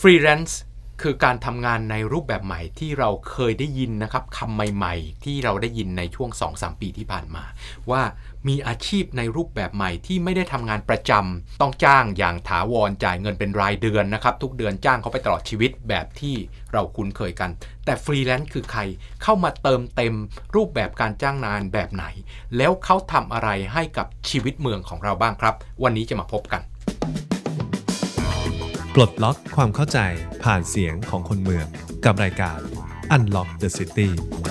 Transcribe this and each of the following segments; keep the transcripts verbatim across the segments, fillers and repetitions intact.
ฟรีแลนซ์คือการทำงานในรูปแบบใหม่ที่เราเคยได้ยินนะครับคำใหม่ๆที่เราได้ยินในช่วง สองถึงสาม ปีที่ผ่านมาว่ามีอาชีพในรูปแบบใหม่ที่ไม่ได้ทำงานประจำต้องจ้างอย่างถาวรจ่ายเงินเป็นรายเดือนนะครับทุกเดือนจ้างเขาไปตลอดชีวิตแบบที่เราคุ้นเคยกันแต่ฟรีแลนซ์คือใครเข้ามาเติมเต็มรูปแบบการจ้างงานแบบไหนแล้วเขาทำอะไรให้กับชีวิตเมืองของเราบ้างครับวันนี้จะมาพบกันปลดล็อกความเข้าใจผ่านเสียงของคนเมืองกับรายการ Unlock the City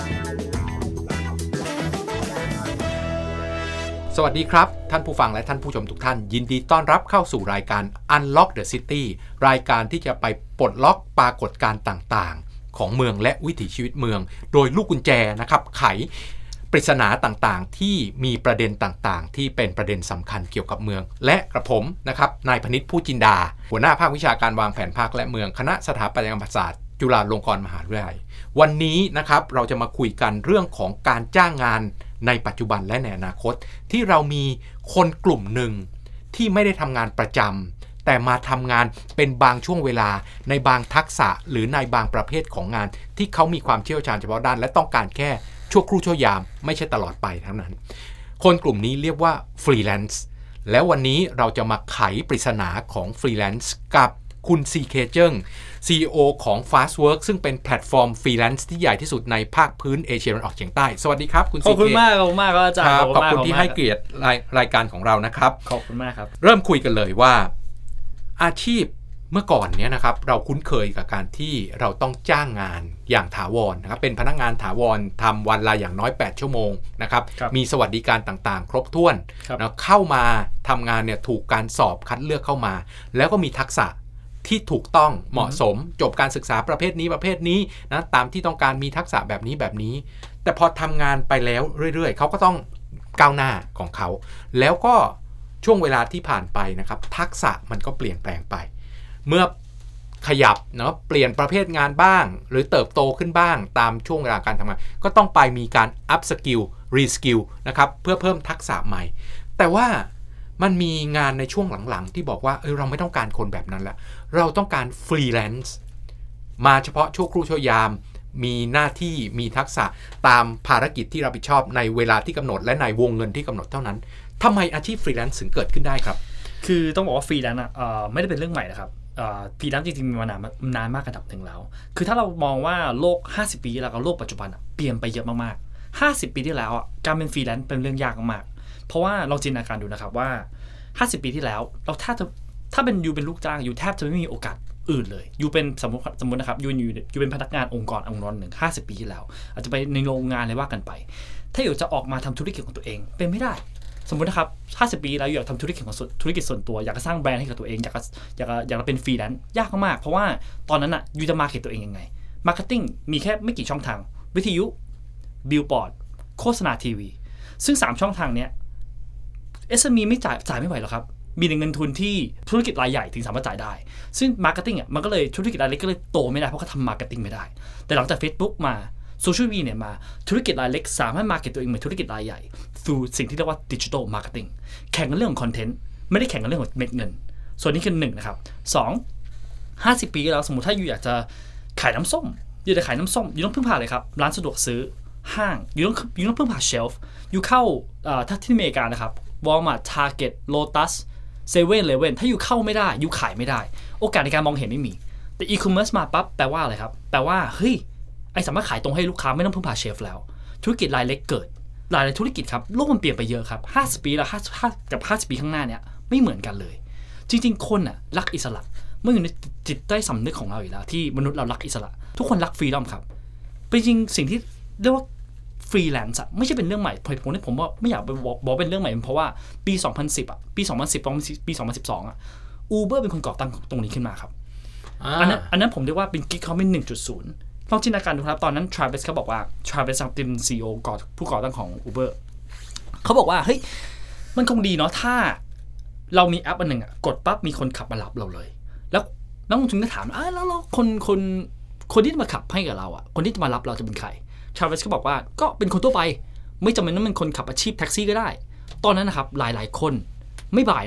สวัสดีครับท่านผู้ฟังและท่านผู้ชมทุกท่านยินดีต้อนรับเข้าสู่รายการ Unlock the City รายการที่จะไปปลดล็อกปรากฏการณ์ต่างๆของเมืองและวิถีชีวิตเมืองโดยลูกกุญแจนะครับไขปริศนาต่างๆที่มีประเด็นต่างๆที่เป็นประเด็นสำคัญเกี่ยวกับเมืองและกระผมนะครับนายพนิษฐ์ผู้จินดาหัวหน้าภาควิชาการวางแผนภาคและเมืองคณะสถาปัตยกรรมศาสตร์จุฬาลงกรณ์มหาวิทยาลัยวันนี้นะครับเราจะมาคุยกันเรื่องของการจ้างงานในปัจจุบันและในอนาคตที่เรามีคนกลุ่มหนึ่งที่ไม่ได้ทำงานประจำแต่มาทำงานเป็นบางช่วงเวลาในบางทักษะหรือในบางประเภทของงานที่เขามีความเชี่ยวชาญเฉพาะด้านและต้องการแค่ชั่วครู่ชั่วยามไม่ใช่ตลอดไปเท่านั้นคนกลุ่มนี้เรียกว่าฟรีแลนซ์แล้ววันนี้เราจะมาไขปริศนาของฟรีแลนซ์กับคุณซีเคเจิ้ง ซี อี โอ ของ Fastwork ซึ่งเป็นแพลตฟอร์มฟรีแลนซ์ที่ใหญ่ที่สุดในภาคพื้นเอเชียตะวันออกเฉียงใต้สวัสดีครับคุณซีเคขอบคุณมากขอบคุณมากครับอาจารย์ขอบคุณที่ให้เกียรติรายรายการของเรานะครับขอบคุณมากครับเริ่มคุยกันเลยว่าอาชีพเมื่อก่อนเนี้ยนะครับเราคุ้นเคยกับการที่เราต้องจ้างงานอย่างถาวรนะครับเป็นพนักงานถาวรทำวันละอย่างน้อยแปดชั่วโมงนะครับมีสวัสดิการต่างๆครบถ้วนนะเข้ามาทำงานเนี่ยถูกการสอบคัดเลือกเข้ามาแล้วก็มีทักษะที่ถูกต้องเหมาะสมจบการศึกษาประเภทนี้ประเภทนี้นะตามที่ต้องการมีทักษะแบบนี้แบบนี้แต่พอทำงานไปแล้วเรื่อยๆเขาก็ต้องก้าวหน้าของเขาแล้วก็ช่วงเวลาที่ผ่านไปนะครับทักษะมันก็เปลี่ยนแปลงไปเมื่อขยับเนาะเปลี่ยนประเภทงานบ้างหรือเติบโตขึ้นบ้างตามช่วงเวลาการทำงานก็ต้องไปมีการ up skill re skill นะครับเพื่อเพิ่มทักษะใหม่แต่ว่ามันมีงานในช่วงหลังๆที่บอกว่าเออเราไม่ต้องการคนแบบนั้นแล้วเราต้องการฟรีแลนซ์มาเฉพาะชั่วครู่ชั่วยามมีหน้าที่มีทักษะตามภารกิจที่รับผิดชอบในเวลาที่กำหนดและในวงเงินที่กำหนดเท่านั้นทำไมอาชีพฟรีแลนซ์ถึงเกิดขึ้นได้ครับคือต้องบอกว่าฟรีแลนซ์อ่ะไม่ได้เป็นเรื่องใหม่นะครับฟรีแลนซ์จริงๆมีมานานนานมากระดับหนึ่งแล้วคือถ้าเรามองว่าโลกห้าสิบปีแล้วกับโลกปัจจุบันอ่ะเปลี่ยนไปเยอะมากๆห้าสิบปีที่แล้วอ่ะการเป็นฟรีแลนซ์เป็นเรื่องยากมากเพราะว่าเราจินตนาการดูนะครับว่าห้าสิบปีที่แล้วเราถ้าจะถ้าเป็นยูเป็นลูกจ้างยูแทบจะไม่มีโอกาสอื่นเลยยูเป็นสมมติสมมตินะครับยูยูยูเป็นพนักงานองค์กรองค์กรหนึ่งห้าสิบปีที่แล้วอาจจะไปในโรงงานอะไรว่ากันไปถ้ายูจะออกมาทำธุรกิจของตัวเองเป็นไม่ได้สมมุตินะครับห้าสิบปีแล้วอยากทำธุรกิจของธุรกิจส่วนตัวอยากจะสร้างแบรนด์ให้กับตัวเองอยากจะอยากจะอยากจะเป็นฟรีแลนซ์ยากมากเพราะว่าตอนนั้นอ่ะยูจะมาร์เก็ตตัวเองยังไงมาร์เก็ตติ้งมีแค่ไม่กี่ช่องทางวิทยุบิลบอร์ดโฆษณาทีวีซึ่งสามช่องทางเนี้ย เอส เอ็ม อี ไม่จ่ายจ่ายไม่ไหวหรอกครับมีเงินทุนที่ธุรกิจรายใหญ่ถึงสามารถจ่ายได้ซึ่งมาร์เก็ตติ้งอ่ะมันก็เลยธุรกิจรายเล็กก็เลยโตไม่ได้เพราะเขาทำมาร์เก็ตติ้งไม่ได้แต่หลังจาก Facebook มาโซเชียลมีเดียเนี่ยมาธุรกิจรายเล็กสามารถมาร์เก็ตตัวเองเหมือนธุรกิจรายใหญ่ through สิ่งที่เรียกว่าดิจิทัลมาร์เก็ตติ้งแข่งกันเรื่องของคอนเทนต์ไม่ได้แข่งกันเรื่องของเม็ดเงินส่วนนี้คือหนึ่งนะครับสอง ห้าสิบปีแล้วสมมุติถ้าอยู่อยากจะขายน้ำส้มอยู่จะขายน้ำส้มอยู่ต้องพึ่งพาเลยครับร้านสะดวกซื้อห้างอยู่ต้องอยู่ต้องพึ่งพาเชลฟ์อยู่เข้าถ้าที่อเมริกานะครับ Walmart Target Lotus เซเว่น Eleven ถ้าอยู่เข้าไม่ได้อยู่ขายไม่ได้โอกาสในการมองเห็นไม่มีแต่อีคอมเมิร์ซมาปั๊บแปลว่าอะไรครับแปลว่าเฮ้ยไอสามารถขายตรงให้ลูกค้าไม่ต้องพึ่งพาเชฟแล้วธุรกิจรายเล็กเกิดหลายๆธุรกิจครับโลกมันเปลี่ยนไปเยอะครับห้าสิบปีแล้วกับห้าสิบปีข้างหน้าเนี่ยไม่เหมือนกันเลยจริงๆคนน่ะรักอิสระเมื่ออยู่ในจิตใต้สำนึกของเราอยู่แล้วที่มนุษย์เรารักอิสระทุกคนรักฟรีดอมครับเป็นจริงสิ่งที่เรียกว่าฟรีแลนซ์ไม่ใช่เป็นเรื่องใหม่ผมเนี่ยผมว่าไม่อยากไปบอกเป็นเรื่องใหม่เพราะว่าปีสองพันสิบอ่ะปีสองพันสิบปีสองพันสิบสองอ่ะ Uber เป็นคนก่อตั้งตรงนี้ขึ้นมาครับอันนั้นอันนั้นผมเรียกว่าเป็นกิ๊กเขาเป็น หนึ่งจุดศูนย์ลองจินตนาการดูครับตอนนั้น Travis เขาบอกว่า Travis เป็น ซี อี โอ ก่อผู้ก่อตั้งของ Uber เขาบอกว่าเฮ้ยมันคงดีเนาะถ้าเรามีแอปอันหนึ่งอ่ะกดปั๊บมีคนขับมารับเราเลยแล้วนักลงทุนก็ถามอ้าวแล้วคนคนคนที่มาขับให้กับเราอ่ะคนที่จะมารับเราจะเป็นใคร Travis ก็บอกว่าก็เป็นคนทั่วไปไม่จำเป็นต้องเป็นคนขับอาชีพแท็กซี่ก็ได้ตอนนั้นนะครับหลายๆคนไม่บ่ายนะครับ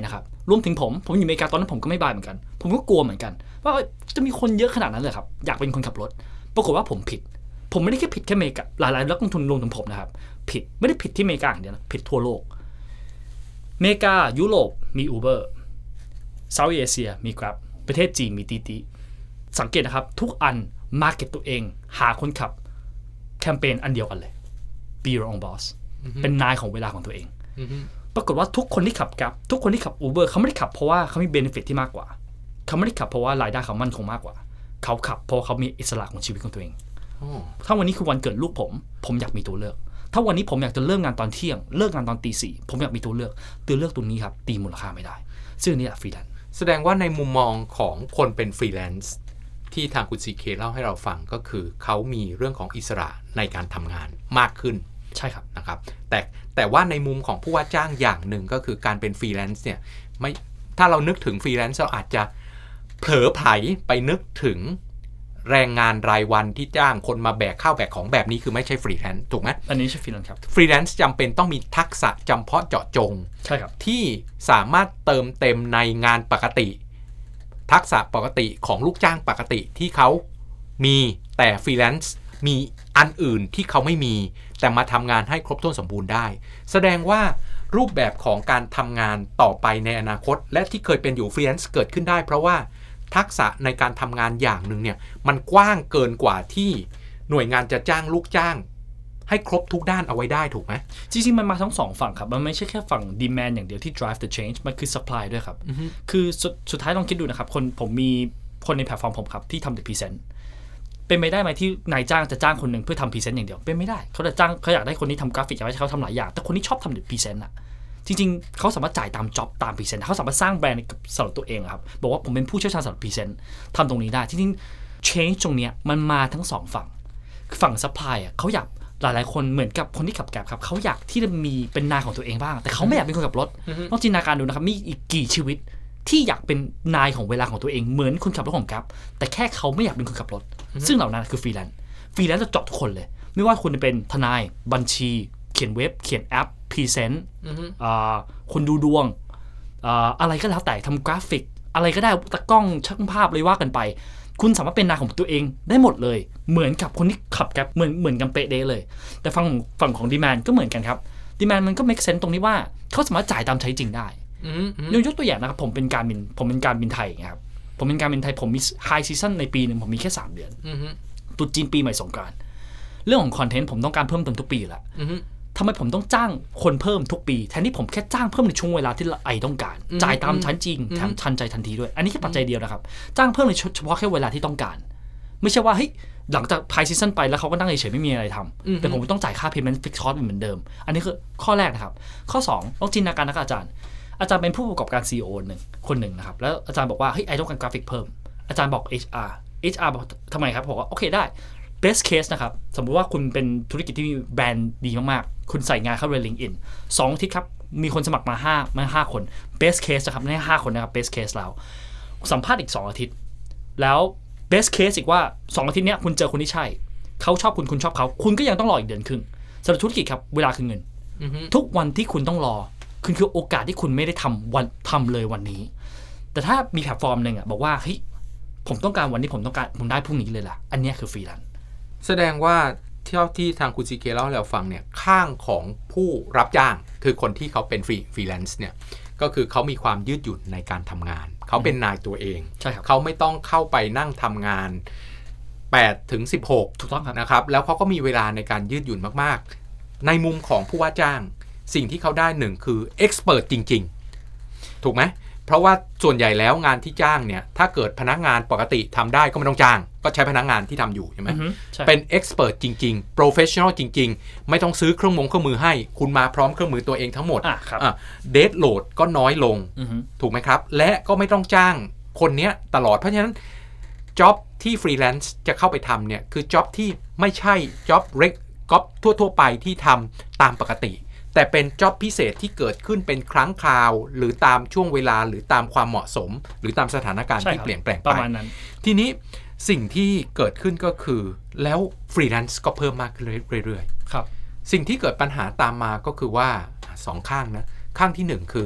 รวมถึงผมผมอยู่อเมริกาตอนนั้นผมก็ไม่บายเหมือนกันผมก็กลัวเหมือนกันว่าจะมีคนเยอะขนาดนั้นเลยครับอยากเป็นคนขับรถปรากฏว่าผมผิดผมไม่ได้แค่ผิดแค่อเมริกาหลายๆนักลงทุนรวมถึงผมนะครับผิดไม่ได้ผิดที่อเมริกาอย่างเดียวนะผิดทั่วโลกอเมริกายุโรปมี Uber เซาท์เอเชียมี Grab ประเทศจีนมีตีตีสังเกตนะครับทุกอันมาร์เก็ตตัวเองหาคนขับแคมเปญอันเดียวกันเลย Be your own boss เป็นนายของเวลาของตัวเองปรากฏว่าทุกคนที่ขับ Grab ทุกคนที่ขับ Uber เขาไม่ได้ขับเพราะว่าเขามีเบเนฟิตที่มากกว่าเขาไม่ได้ขับเพราะว่ารายได้เขามั่นคงมากกว่าเขาขับเพราะเขามีอิสระของชีวิตของตัวเองถ้าวันนี้คือวันเกิดลูกผมผมอยากมีตัวเลือกถ้าวันนี้ผมอยากจะเลิกงานตอนเที่ยงเลิกงานตอนตีสี่ผมอยากมีตัวเลือกตัวเลือกตัวนี้ครับตีมูลค่าไม่ได้ซึ่งนี่แหละฟรีแลนซ์แสดงว่าในมุมมองของคนเป็นฟรีแลนซ์ที่ทางคุณ ซี เค เล่าให้เราฟังก็คือเขามีเรื่องของอิสระในการทำงานมากขึ้นใช่ครับนะครับแต่แต่ว่าในมุมของผู้ว่าจ้างอย่างหนึ่งก็คือการเป็นฟรีแลนซ์เนี่ยไม่ถ้าเรานึกถึงฟรีแลนซ์เราอาจจะเผลอไผลไปนึกถึงแรงงานรายวันที่จ้างคนมาแบกข้าวแบกของแบบนี้คือไม่ใช่ฟรีแลนซ์ถูกไหมอันนี้ใช่ฟรีแลนซ์ครับฟรีแลนซ์จำเป็นต้องมีทักษะจำเพาะเจาะจงใช่ครับที่สามารถเติมเต็มในงานปกติทักษะปกติของลูกจ้างปกติที่เขามีแต่ฟรีแลนซ์มีอันอื่นที่เขาไม่มีแต่มาทำงานให้ครบถ้วนสมบูรณ์ได้แสดงว่ารูปแบบของการทำงานต่อไปในอนาคตและที่เคยเป็นอยู่ฟรีแลนซ์เกิดขึ้นได้เพราะว่าทักษะในการทำงานอย่างหนึ่งเนี่ยมันกว้างเกินกว่าที่หน่วยงานจะจ้างลูกจ้างให้ครบทุกด้านเอาไว้ได้ถูกไหมจริงๆมันมาทั้งสองฝั่งครับมันไม่ใช่แค่ฝั่ง demand อย่างเดียวที่ drive the change มันคือ supply ด้วยครับ uh-huh. คือสสุดท้ายลองคิดดูนะครับคนผมมีคนในแพลตฟอร์มผมครับที่ทำ the present เป็นไม่ได้ไหมที่นายจ้างจะจ้างคนหนึ่งเพื่อทำ present อย่างเดียวเป็นไม่ได้เขาจะจ้างเขาอยากได้คนที่ทำกราฟิกอยากให้เขาทำหลายอย่างแต่คนที่ชอบทำ the present อะจริงๆเขาสามารถจ่ายตามจ็อบตามพรีเซนต์เขาสามารถสร้างแบรนด์สำหรับตัวเองครับบอกว่าผมเป็นผู้เชี่ยวชาญสำหรับพรีเซนต์ทำตรงนี้ได้จริงๆ change ตรงนี้มันมาทั้งสองฝั่งฝั่ง supply อ่ะเขาอยากหลายๆคนเหมือนกับคนที่ขับแกร็บครับเขาอยากที่จะมีเป็นนายของตัวเองบ้างแต่เขาไม่อยากเป็นคนขับรถต้องจินตนาการดูนะครับมีอีกกี่ชีวิตที่อยากเป็นนายของเวลาของตัวเองเหมือนคนขับรถของแกร็บแต่แค่เขาไม่อยากเป็นคนขับรถซึ่งเหล่านั้นคือฟรีแลนซ์ฟรีแลนซ์จะเจาะทุกคนเลยไม่ว่าคุณจะเป็นทนายบัญชีเขียนเว็บเขียนแอปพรีเซนต์คนดูดวง อ, อะไรก็แล้วแต่ทำกราฟิกอะไรก็ได้ตะกล้องช่างภาพเลยว่ากันไปคุณสามารถเป็นนายของตัวเองได้หมดเลยเหมือนกับคนที่ขับแกร็บเหมือนเหมือนกันเป๊ะเดเลยแต่ฝั่งฝั่งของดีแมนก็เหมือนกันครับดีแมนมันก็ make sense ตรงนี้ว่าเขาสามารถจ่ายตามใช้จริงได้ยกตัวอย่างนะครับผมเป็นการบินผมเป็นการบินไทยครับผมเป็นการบินไทยผมมีไฮซีซั่นในปีนึงผมมีแค่สามเดือนตรุษจีนปีใหม่สงกรานต์เรื่องของคอนเทนต์ผมต้องการเพิ่มเติมทุกปีแหละทำไมผมต้องจ้างคนเพิ่มทุกปีแทนที่ผมแค่จ้างเพิ่มในช่วงเวลาที่ไอต้องการจ่ายตามชั้นจริงแถมทันใจทันทีด้วยอันนี้แค่ปัจจัยเดียวนะครับจ้างเพิ่มในเฉพาะแค่เวลาที่ต้องการไม่ใช่ว่าเฮ้ยหลังจากไพซีซั่นไปแล้วเขาก็นั่งเฉยๆไม่มีอะไรทำแต่ผมต้องจ่ายค่าเพย์เมนต์ฟิกซ์คอร์สเหมือนเดิมอันนี้คือข้อแรกนะครับข้อสองต้องจินตนาการนะครับอาจารย์อาจารย์เป็นผู้ประกอบการ ซี อี โอ หนึ่งคนหนึ่งนะครับแล้วอาจารย์บอกว่าเฮ้ยไอต้องการกราฟิกเพิ่มอาจารย์บอก เอช อาร์ เอช อาร์ บอกทำไมครับบอกว่าโอเคได้ best case นะครับสมมุติว่าคุณเป็นธุรกิจที่มีแบรนด์ดีมากๆคุณใส่งานเข้าใน LinkedIn สองอาทิตย์ครับมีคนสมัครมาห้ามาห้าคน best case นะครับไม่ใช่ห้าคนนะครับ best case แล้วสัมภาษณ์อีกสองอาทิตย์แล้ว best case อีกว่าสองอาทิตย์เนี้ยคุณเจอคนที่ใช่เขาชอบคุณคุณชอบเขาคุณก็ยังต้องรออีกเดือนครึ่งสำหรับธุรกิจครับเวลาคือเงิน uh-huh. ทุกวันที่คุณต้องรอคุณคือโอกาสที่คุณไม่ได้ทำวันทำเลยวันนี้แต่ถ้ามีแพลตฟอร์มหนึ่งอ่ะบอกว่าเฮ้ยผมต้องการวันนี้ผมต้องการผมได้พรุ่งนี้เลยล่ะอันนี้คือฟรีแลนซ์แสดงว่าเท่าที่ทางคุณซีเคเล่าให้เราฟังเนี่ยข้างของผู้รับจ้างคือคนที่เขาเป็นฟรีฟรีแลนซ์เนี่ยก็คือเขามีความยืดหยุ่นในการทำงานเขาเป็นนายตัวเองเขาไม่ต้องเข้าไปนั่งทำงานแปดถึงสิบหกถูกต้องครับนะครับแล้วเขาก็มีเวลาในการยืดหยุ่นมากๆในมุมของผู้ว่าจ้างสิ่งที่เขาได้หนึ่งคือเอ็กซ์เพิร์ทจริงๆถูกไหมเพราะว่าส่วนใหญ่แล้วงานที่จ้างเนี่ยถ้าเกิดพนักงานปกติทำได้ก็ไม่ต้องจ้างก็ใช้พนักงานที่ทำอยู่ใช่ไหม mm-hmm. เป็นเอ็กซ์เพิร์ทจริงๆโปรเฟชชั่นอลจริงๆไม่ต้องซื้อเครื่องมือเครื่องมือให้คุณมาพร้อมเครื่องมือตัวเองทั้งหมดเดดโหลดก็น้อยลง mm-hmm. ถูกไหมครับและก็ไม่ต้องจ้างคนเนี้ยตลอดเพราะฉะนั้นจ็อบที่ฟรีแลนซ์จะเข้าไปทำเนี่ยคือจ็อบที่ไม่ใช่จ็อบเรกจ็อบทั่วๆไปที่ทำตามปกติแต่เป็นจ็อบพิเศษที่เกิดขึ้นเป็นครั้งคราวหรือตามช่วงเวลาหรือตามความเหมาะสมหรือตามสถานการณ์ที่เปลี่ยนแปลงไปทีนี้สิ่งที่เกิดขึ้นก็คือแล้วฟรีแลนซ์ก็เพิ่มมากขึ้นเรื่อยๆครับสิ่งที่เกิดปัญหาตามมาก็คือว่าสองข้างนะข้างที่หนึ่งคือ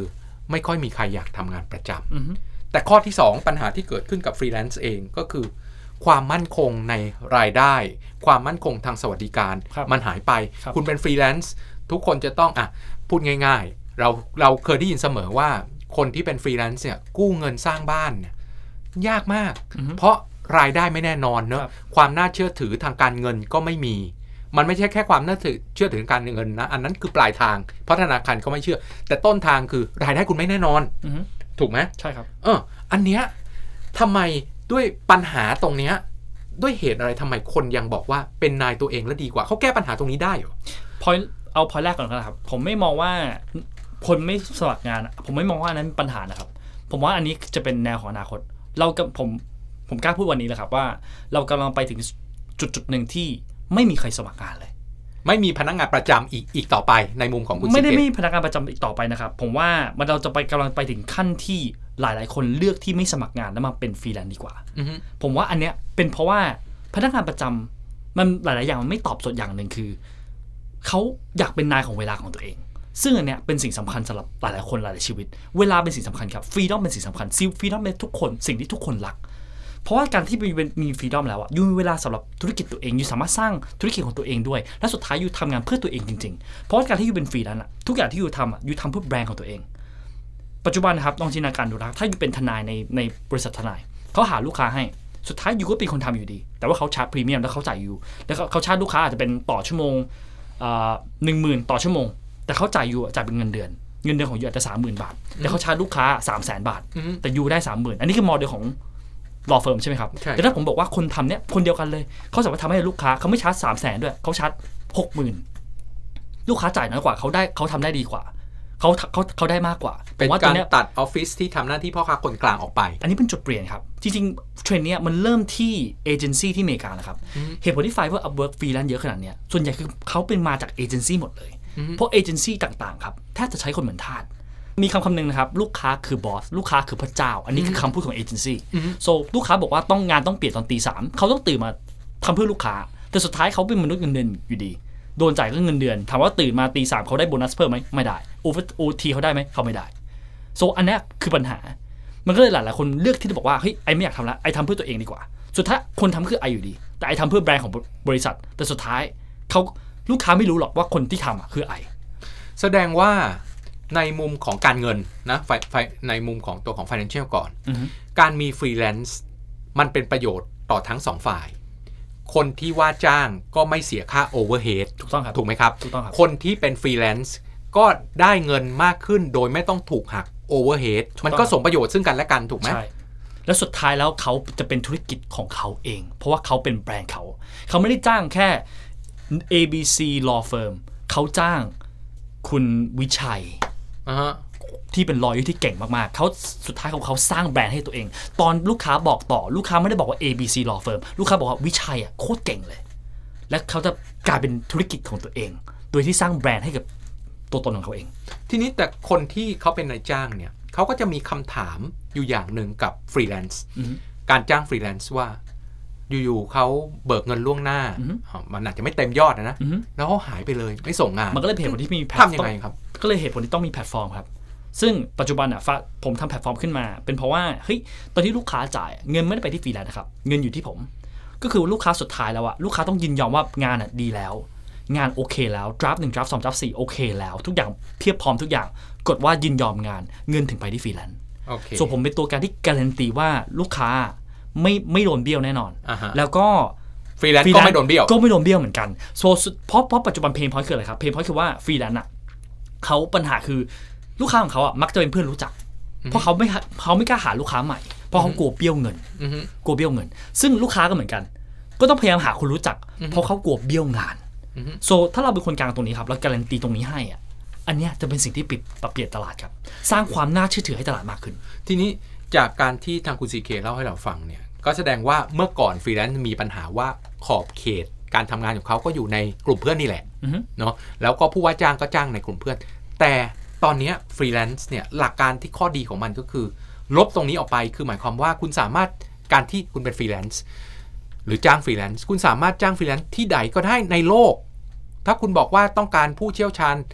ไม่ค่อยมีใครอยากทำงานประจำ mm-hmm. แต่ข้อที่สองปัญหาที่เกิดขึ้นกับฟรีแลนซ์เองก็คือความมั่นคงในรายได้ความมั่นคงทางสวัสดิการมันหายไปค, คุณเป็นฟรีแลนซ์ทุกคนจะต้องอ่ะพูดง่ายๆเราเราเคยได้ยินเสมอว่าคนที่เป็นฟรีแลนซ์เนี่ยกู้เงินสร้างบ้านเนี่ยยากมาก mm-hmm. เพราะรายได้ไม่แน่นอนเนอะความน่าเชื่อถือทางการเงินก็ไม่มีมันไม่ใช่แค่ความน่าเชื่อถือทางการเงินนะอันนั้นคือปลายทางเพราะธนาคารเขาไม่เชื่อแต่ต้นทางคือรายได้คุณไม่แน่นอน mm-hmm. ถูกไหมใช่ครับเอออันเนี้ยทำไมด้วยปัญหาตรงเนี้ยด้วยเหตุอะไรทำไมคนยังบอกว่าเป็นนายตัวเองแล้วดีกว่าเขาแก้ปัญหาตรงนี้ได้เหรอ point เอา point แรกก่อนนะครับผมไม่มองว่าคนไม่สมัครงานผมไม่มองว่านั้นเป็นปัญหานะครับผมว่าอันนี้จะเป็นแนวของอนาคตเรากับผมผมกล้าพูดวันนี้แหละครับว่าเรากำลังไปถึงจุดจุดหนึ่งที่ไม่มีใครสมัครงานเลยไม่มีพนักงานประจำอีกอีกต่อไปในมุมของคุณไม่ได้ไม่มีพนักงานประจำอีกต่อไปนะครับผมว่ามันเราจะไปกำลังไปถึงขั้นที่หลายๆคนเลือกที่ไม่สมัครงานแล้วมาเป็นฟรีแลนซ์ดีกว่า mm-hmm. ผมว่าอันเนี้ยเป็นเพราะว่าพนักงานประจำมันหลายๆอย่างมันไม่ตอบโจทย์อย่างหนึ่งคือเขาอยากเป็นนายของเวลาของตัวเองซึ่งอันเนี้ยเป็นสิ่งสำคัญสำหรับหลายๆคนหลายๆชีวิตเวลาเป็นสิ่งสำคัญครับฟรีดอมเป็นสิ่งสำคัญซิลฟรีดอมเป็นทุกคนสิ่งที่ทุกคนรักเพราะว่าการที่มีฟรีดอมแล้วอะยูมีเวลาสำหรับธุรกิจตัวเองยูสามารถสร้างธุรกิจของตัวเองด้วยและสุดท้ายยูทำงานเพื่อตัวเองจริงๆเพราะว่าการที่ยูเป็นฟรีแลนซ์อะทุกอย่างที่ยูทำอะยูทำเพื่อแบรนด์ของตัวเองปัจจุบันนะครับลองจินตนาการดูนะถ้ายูเป็นทนายในในบริษัททนายเขาหาลูกค้าให้สุดท้ายยูก็เป็นคนทำอยู่ดีแต่ว่าเขาชาร์จพรีเมียมแล้วเขาจ่ายยูแล้วเขาชาร์จลูกค้าอาจจะเป็นต่อชั่วโมงหนึ่งหมื่นต่อชั่วโมงแต่เขาจ่ายยูจ่ายเป็นเงินเดือนเงินเดือนของยูอาจจะสามหมื่นบาทแต่เขาชาร์จลูกค้าสามแสนบาทแต่ยูได้สามหมื่นอันนี้คือโมเดลของรอเฟิร์มใช่ไหมครับแต่ถ้าผมบอกว่าคนทำเนี้ยคนเดียวกันเลยเขาสามารถทำให้ลูกค้าเขาไม่ชาร์จสามแสนด้วยเขาชาร์จหกหมื่นลูกค้าจ่ายน้อยกว่าเขาได้เขาทำได้ดีกว่าเขาเขาเขาได้มากกว่าเป็นการตัดออฟฟิศที่ทำหน้าที่พ่อค้าคนกลางออกไปอันนี้เป็นจุดเปลี่ยนครับจริงๆเทรนด์นี้มันเริ่มที่เอเจนซี่ที่อเมริกานะครับเหตุผลที่ Fiverr Upwork ฟรีแลนซ์เยอะขนาดนี้ส่วนใหญ่คือเขาเป็นมาจากเอเจนซี่หมดเลยเพราะเอเจนซี่ต่างๆครับแทบจะใช้คนเหมือนทาสมีคำคำหนึ่งนะครับลูกค้าคือบอสลูกค้าคือพระเจ้าอันนี้คือคำพูดของเอเจนซี่โซลูกค้าบอกว่าต้องงานต้องเปลี่ยนตอนตีสามเขาต้องตื่นมาทำเพื่อลูกค้าแต่สุดท้ายเขาเป็นมนุษย์เงินเดือนอยู่ดีโดนจ่ายก็เงินเดือนถามว่าตื่นมาตีสามเขาได้โบนัสเพิ่มไหมไม่ได้โอเวอร์โอทีเขาได้ไหมเขาไม่ได้โซอันนี้คือปัญหามันก็เลยหลายๆคนเลือกที่จะบอกว่าเฮ้ยไอไม่อยากทำละไอทำเพื่อตัวเองดีกว่าสุดท้ายคนทำคือไออยู่ดีแต่ไอทำเพื่อแบรนด์ของบริษัทแต่สุดท้ายเขาลูกค้าไม่รู้หรอกว่าคนที่ทำอ่ะคือไอแสดงว่าในมุมของการเงินนะในมุมของตัวของ financial ก่อน uh-huh. การมีฟรีแลนซ์มันเป็นประโยชน์ต่อทั้งสองฝ่ายคนที่ว่าจ้างก็ไม่เสียค่าโอเวอร์เฮดถูกต้องครับถูกไหมครับถูกต้องครับคนที่เป็นฟรีแลนซ์ก็ได้เงินมากขึ้นโดยไม่ต้องถูกหักโอเวอร์เฮดมันก็สมประโยชน์ซึ่งกันและกันถูกไหมใช่แล้วสุดท้ายแล้วเขาจะเป็นธุรกิจของเขาเองเพราะว่าเขาเป็นแบรนด์เขาเขาไม่ได้จ้างแค่ เอ บี ซี Law Firm เขาจ้างคุณวิชัย uh-huh. ที่เป็นลอเยอร์ที่เก่งมากๆเขาสุดท้ายของเขาสร้างแบรนด์ให้ตัวเองตอนลูกค้าบอกต่อลูกค้าไม่ได้บอกว่า เอ บี ซี Law Firm ลูกค้าบอกว่าวิชัยอ่ะโคตรเก่งเลยและเขาจะกลายเป็นธุรกิจของตัวเองโดยที่สร้างแบรนด์ให้กับตัวตนของเขาเองทีนี้แต่คนที่เขาเป็นนายจ้างเนี่ยเขาก็จะมีคำถามอยู่อย่างหนึ่งกับฟรีแลนซ์การจ้างฟรีแลนซ์ว่าอยู่ๆเขาเบิกเงินล่วงหน้ามันอาจจะไม่เต็มยอดนะแล้วเขาหายไปเลยไม่ส่งงานมันก็เลยเหตุผลที่มีทำยังไงครับก็เลยเหตุผลที่ต้องมีแพลตฟอร์มครับซึ่งปัจจุบันอ่ะผมทำแพลตฟอร์มขึ้นมาเป็นเพราะว่าเฮ้ยตอนที่ลูกค้าจ่ายเงินไม่ได้ไปที่ฟรีแลนซ์นะครับเงินอยู่ที่ผมก็คือลูกค้าสุดท้ายแล้วอะลูกค้าต้องยินยอมว่างานอ่ะดีแล้วงานโอเคแล้ว draft หนึ่ง draft สอง draft สี่โอเคแล้วทุกอย่างเพียบพร้อมทุกอย่างกดว่ายินยอมงานเงินถึงไปที่ฟรีแลนซ์ส่วนผมเป็นตัวการที่การันตีว่าลูกค้าไม่ไม่โดนเบี้ยวแน่นอน uh-huh. แล้วก็ฟรีแลนซ์ก็ไม่โดนเบี้ยวก็ไม่โดนเบี้ยวเหมือนกันโซเพราะเพราะปัจจุบันเพนพอยต์คืออะไรครับเพนพอยต์คือว่าฟรีแลนซ์อ่ะเขาปัญหาคือลูกค้าของเขาอ่ะมักจะเป็นเพื่อนรู้จัก uh-huh. เพราะเขาไม่เขาไม่กล้าหาลูกค้าใหม่เพราะเขากลัวเบี้ยวเงิน uh-huh. กลัวเบี้ยวเงินซึ่งลูกค้าก็เหมือนกันก็ต้องพยายามหาคนรู้จัก uh-huh. เพราะเขากลัวเบี้ยวงานโซถ้าเราเป็นคนกลางตรงนี้ครับแล้วการันตีตรงนี้ให้อ่ะอันเนี้ยจะเป็นสิ่งที่ปิดปรับเปลี่ยนตลาดครับสร้างความน่าเชื่อถือให้ตลาดมากขึ้นทีนี้จากการที่ทางคุณ ซี เค เล่าให้เราฟังเนี่ยก็แสดงว่าเมื่อก่อนฟรีแลนซ์มีปัญหาว่าขอบเขตการทำงานของเขาก็อยู่ในกลุ่มเพื่อนนี่แหละ uh-huh. เนาะแล้วก็ผู้ว่าจ้างก็จ้างในกลุ่มเพื่อนแต่ตอนนี้ฟรีแลนซ์เนี่ยหลักการที่ข้อดีของมันก็คือลบตรงนี้ออกไปคือหมายความว่าคุณสามารถการที่คุณเป็นฟรีแลนซ์หรือจ้างฟรีแลนซ์คุณสามารถจ้างฟรีแลนซ์ที่ใดก็ได้ในโลกถ้าคุณบอกว่าต้องการผู้เชี่ยวชาญ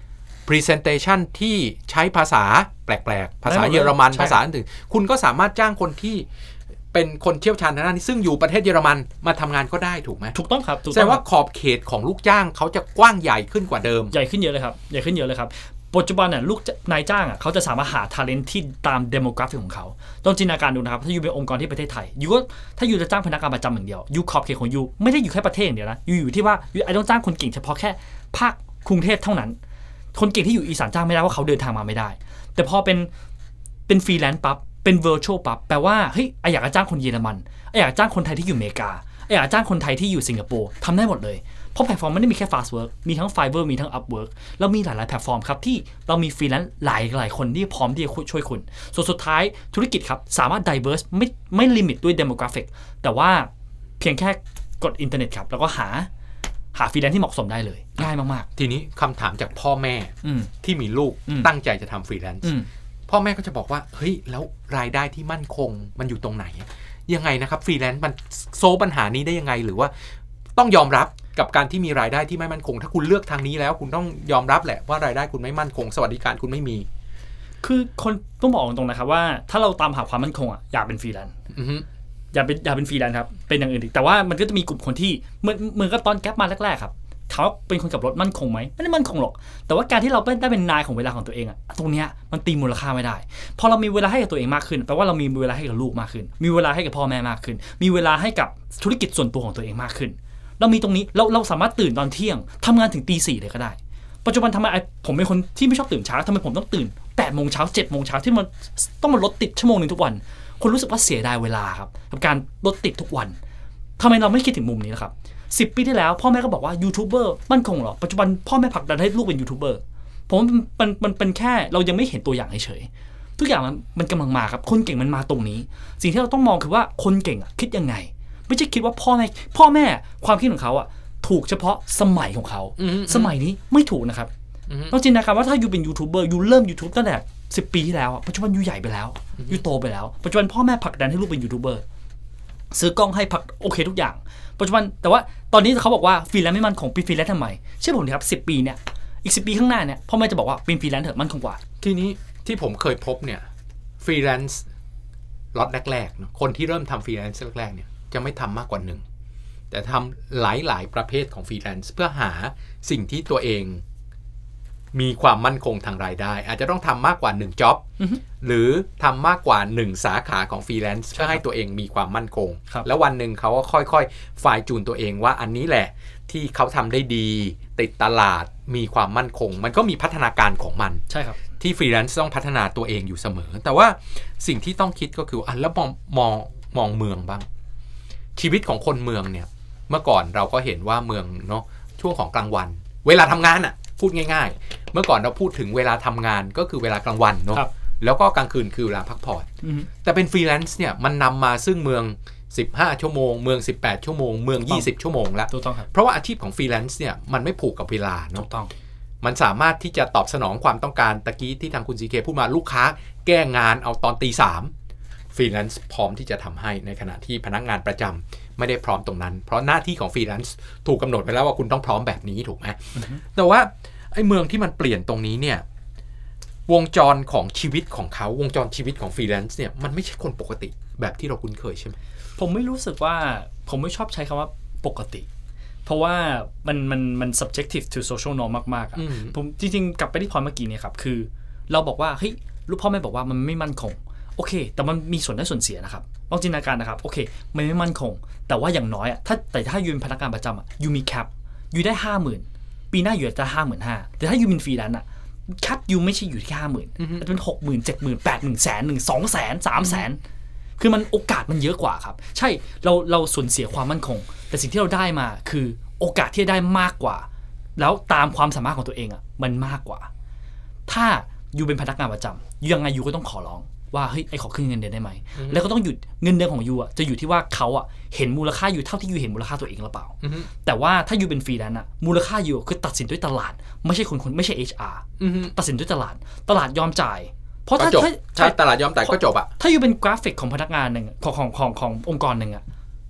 presentation ที่ใช้ภาษาแปลกๆภาษาเยอรมันภาษาอื่นคุณก็สามารถจ้างคนที่เป็นคนเชี่ยวชาญทางด้านนี้ซึ่งอยู่ประเทศเยอรมันมาทำงานก็ได้ถูกไหมถูกต้องครับแสดงว่าขอบเขตของลูกจ้างเขาจะกว้างใหญ่ขึ้นกว่าเดิมใหญ่ขึ้นเยอะเลยครับใหญ่ขึ้นเยอะเลยครับปัจจุบันเนี่ยลูกนายจ้างอ่ะเขาจะสามารถหา talent ที่ตาม demographic ของเขาต้องจินตนาการดูนะครับถ้าอยู่เป็นองค์กรที่ประเทศไทยยูก็ถ้ายูจะจ้างพนักงานประจำอย่างเดียวยูขอบเขตของยูไม่ได้อยู่แค่ประเทศอย่างเดียวนะยูอยู่ที่ว่ายูไอต้องจ้างคนเก่งเฉพาะแค่ภาคกรุงเทพเท่านั้นคนเก่งที่อยู่อีสานจ้างไม่ได้ว่าเขาเดินทางมาไม่ได้แต่พอเป็นเป็นฟรีแลนซ์ปั๊บเป็น virtual ปั๊บแปลว่าเฮ้ยไออยากจะจ้างคนเยอรมันไออยากจะจ้างคนไทยที่อยู่อเมริกาไออยากจะจ้างคนไทยที่อยู่สิงคโปร์ทำได้หมดเลยเพราะแพลตฟอร์มไม่ได้มีแค่ Fastwork มีทั้ง Fiverr มีทั้ง Upwork แล้วมีหลายๆแพลตฟอร์มครับที่เรามีฟรีแลนซ์หลายหลายคนที่พร้อมที่จะช่วยคุณส่วนสุดท้ายธุรกิจครับสามารถ diverse ไม่ไม่ลิมิตด้วย demographic แต่ว่าเพียงแค่กดอินเทอร์เน็ตครับแล้วก็หาหาฟรีแลนซ์ที่เหมาะสมได้เลยง่ายมากๆทีนี้คำถามจากพ่อแม่ที่มีลูกตั้งใจจะทำฟรีแลนซ์พ่อแม่ก็จะบอกว่าเฮ้ยแล้วรายได้ที่มั่นคงมันอยู่ตรงไหนยังไงนะครับฟรีแลนซ์มันโซลปัญหานี้ได้ยังไงหรือว่าต้องยอมรับกับการที่มีรายได้ที่ไม่มั่นคงถ้าคุณเลือกทางนี้แล้วคุณต้องยอมรับแหละว่ารายได้คุณไม่มั่นคงสวัสดิการคุณไม่มีคือคนต้องบอกตรงๆนะครับว่าถ้าเราตามหาความมั่นคงอ่ะอยากเป็นฟรีแลนซ์อย่าเป็นอย่าเป็นฟรีแลนซ์ครับเป็นอย่างอื่นอีกแต่ว่ามันก็จะมีกลุ่มคนที่เหมือนเหมือนกับตอนแก๊ปมาแรกๆครับเขาเป็นคนขับรถมั่นคงไหมไม่ได้มั่นคงหรอกแต่ว่าการที่เราได้เป็นนายของเวลาของตัวเองอะตรงเนี้ยมันตีมูลค่าไม่ได้พอเรามีเวลาให้กับตัวเองมากขึ้นแปลว่าเรามีเวลาให้กับลูกมากขึ้นมีเวลาให้กับพ่อแม่มากขึ้นมีเวลาให้กับธุรกิจส่วนตัวของตัวเองมากขึ้นเรามีตรงนี้เราเราสามารถตื่นตอนเที่ยงทำงานถึงตีสี่เลยก็ได้ปัจจุบันทำไมผมเป็นคนที่ไม่ชอบตื่นเช้าทำไมผมต้องตื่นแปดโมงเช้าเจ็ดโมงเช้าที่มันต้องมารถติดชั่วโมงนึงทุกวันคนรู้สึกว่าเสียดายเวลาครับกับการรถติดทุกวันทำไมเราไม่คิดถึงมุมนี้นะครับสิบปีที่แล้วพ่อแม่ก็บอกว่ายูทูบเบอร์มั่นคงเหรอปัจจุบันพ่อแม่ผลักดันให้ลูกเป็นยูทูบเบอร์ผมว่ามันมันเป็นแค่เรายังไม่เห็นตัวอย่างเฉยๆทุกอย่างมันมันกำลังมาครับคนเก่งมันมาตรงนี้สิ่งที่เราต้องมองคือว่าคนเก่งคิดยังไงไม่ใช่คิดว่าพ่อแม่พ่อแม่ความคิดของเขาอ่ะถูกเฉพาะสมัยของเขาสมัยนี้ไม่ถูกนะครับต้องจินตนาการว่าถ้ายูเป็นยูทูบเบอร์ยูเริ่ม YouTube ตั้งแต่สิบปีที่แล้วปัจจุบันยูใหญ่ไปแล้วยูโตไปแล้วปัจจุบันพ่อแม่ผลักดันให้ลูกเป็นยูทูบเบอร์ซื้อกล้องให้ผักโอเคทุกอย่างปัจจุบันแต่ว่าตอนนี้เขาบอกว่าฟรีแลนซ์ไม่มั่นคงเป็นฟรีแลนซ์ทำไมเชื่อผมดิครับสิบปีเนี่ยอีกสิบปีข้างหน้าเนี่ยพ่อแม่จะบอกว่าเป็นฟรีแลนซ์เถอะมั่นคงกว่าทีนี้ที่ผมเคยพบเนี่ยฟรีแลนซ์ล็อตแรกๆเนาะคนที่เริ่มทำฟรีแลนซ์แรกๆเนี่ยจะไม่ทำมากกว่าหนึ่งแต่ทำหลายๆประเภทของฟรีแลนซ์เพื่อหาสิ่งที่ตัวเองมีความมั่นคงทางรายได้อาจจะต้องทำมากกว่าหนึ่งจ็อบหรือทำมากกว่าหนึ่งสาขาของฟรีแลนซ์เพื่อให้ตัวเองมีความมั่นคงแล้ววันหนึ่งเขาก็ค่อยๆฝ่ายจูนตัวเองว่าอันนี้แหละที่เขาทำได้ดีติดตลาดมีความมั่นคงมันก็มีพัฒนาการของมันใช่ครับที่ฟรีแลนซ์ต้องพัฒนาตัวเองอยู่เสมอแต่ว่าสิ่งที่ต้องคิดก็คืออ่ะแล้วมองมองมองเมืองบ้างชีวิตของคนเมืองเนี่ยเมื่อก่อนเราก็เห็นว่าเมืองเนาะช่วงของกลางวันเวลาทำงานอ่ะพูดง่ายๆเมื่อก่อนเราพูดถึงเวลาทำงานก็คือเวลากลางวันเนาะแล้วก็กลางคืนคือเวลาพักผ่อนแต่เป็นฟรีแลนซ์เนี่ยมันนำมาซึ่งเมืองสิบห้าชั่วโมงเมืองสิบแปดชั่วโมงเมืองยี่สิบชั่วโมงแล้วเพราะว่าอาชีพของฟรีแลนซ์เนี่ยมันไม่ผูกกับเวลาเนาะมันสามารถที่จะตอบสนองความต้องการตะกี้ที่ทางคุณซีเคพูดมาลูกค้าแก้งานเอาตอนตีสามฟรีแลนซ์พร้อมที่จะทำให้ในขณะที่พนักงานประจำไม่ได้พร้อมตรงนั้นเพราะหน้าที่ของฟรีแลนซ์ถูกกำหนดไว้แล้วว่าคุณต้องพร้อมแบบนี้ถูกไหม แต่ว่าไอ้เมืองที่มันเปลี่ยนตรงนี้เนี่ยวงจรของชีวิตของเขาวงจรชีวิตของฟรีแลนซ์เนี่ยมันไม่ใช่คนปกติแบบที่เราคุ้นเคยใช่ไหมผมไม่รู้สึกว่าผมไม่ชอบใช้คำว่าปกติเพราะว่ามันมันมัน subjective to social norm มากๆอ่ะผมจริงๆกลับไปที่พอยเมื่อกี้เนี่ยครับคือเราบอกว่าเฮ้ยลูกพ่อแม่บอกว่ามันไม่มั่นคงโอเคแต่มันมีส่วนได้ส่วนเสียนะครับลองจินตนาการนะครับโอเคมันไม่มั่นคงแต่ว่าอย่างน้อยอ่ะถ้าแต่ถ้ายูเป็นพนักงานประจำอ่ะยูมีแคปยูได้ห้าหมื่นปีหน้าอยู่จะห้าหมื่นห้าแต่ถ้ายูเป็นฟรีแลนซ์อ่ะแคปยูไม่ใช่อยู่ที่ห้าหมื่นจะเป็นหกหมื่นเจ็ดหมื่นแปดหมื่นแสนหนึ่งสองแสนสามแสนคือมันโอกาสมันเยอะกว่าครับใช่เราเราสูญเสียความมั่นคงแต่สิ่งที่เราได้มาคือโอกาสที่จะได้มากกว่าแล้วตามความสามารถของตัวเองอ่ะมันมากกว่าถ้ายูเป็นพนักงานประจำยังไงยูก็ต้องขอร้องว่าเฮ้ยไอ้ขอขึ้นเงินเดือนได้ไหมแล้วก็ต้องหยุดเงินเดือนของยูอ่ะจะอยู่ที่ว่าเขาอ่ะเห็นมูลค่ายูเท่าที่ยูเห็นมูลค่าตัวเองหรือเปล่าแต่ว่าถ้ายูเป็นฟรีแลนซ์อ่ะมูลค่ายูคือตัดสินด้วยตลาดไม่ใช่คนคนไม่ใช่ เอช อาร์ ตัดสินด้วยตลาดตลาดยอมจ่ายเพราะถ้าถ้าตลาดยอมจ่ายก็จบอ่ะถ้ายูเป็นกราฟิกของพนักงานหนึ่งของของของขององค์กรหนึ่งอ่ะ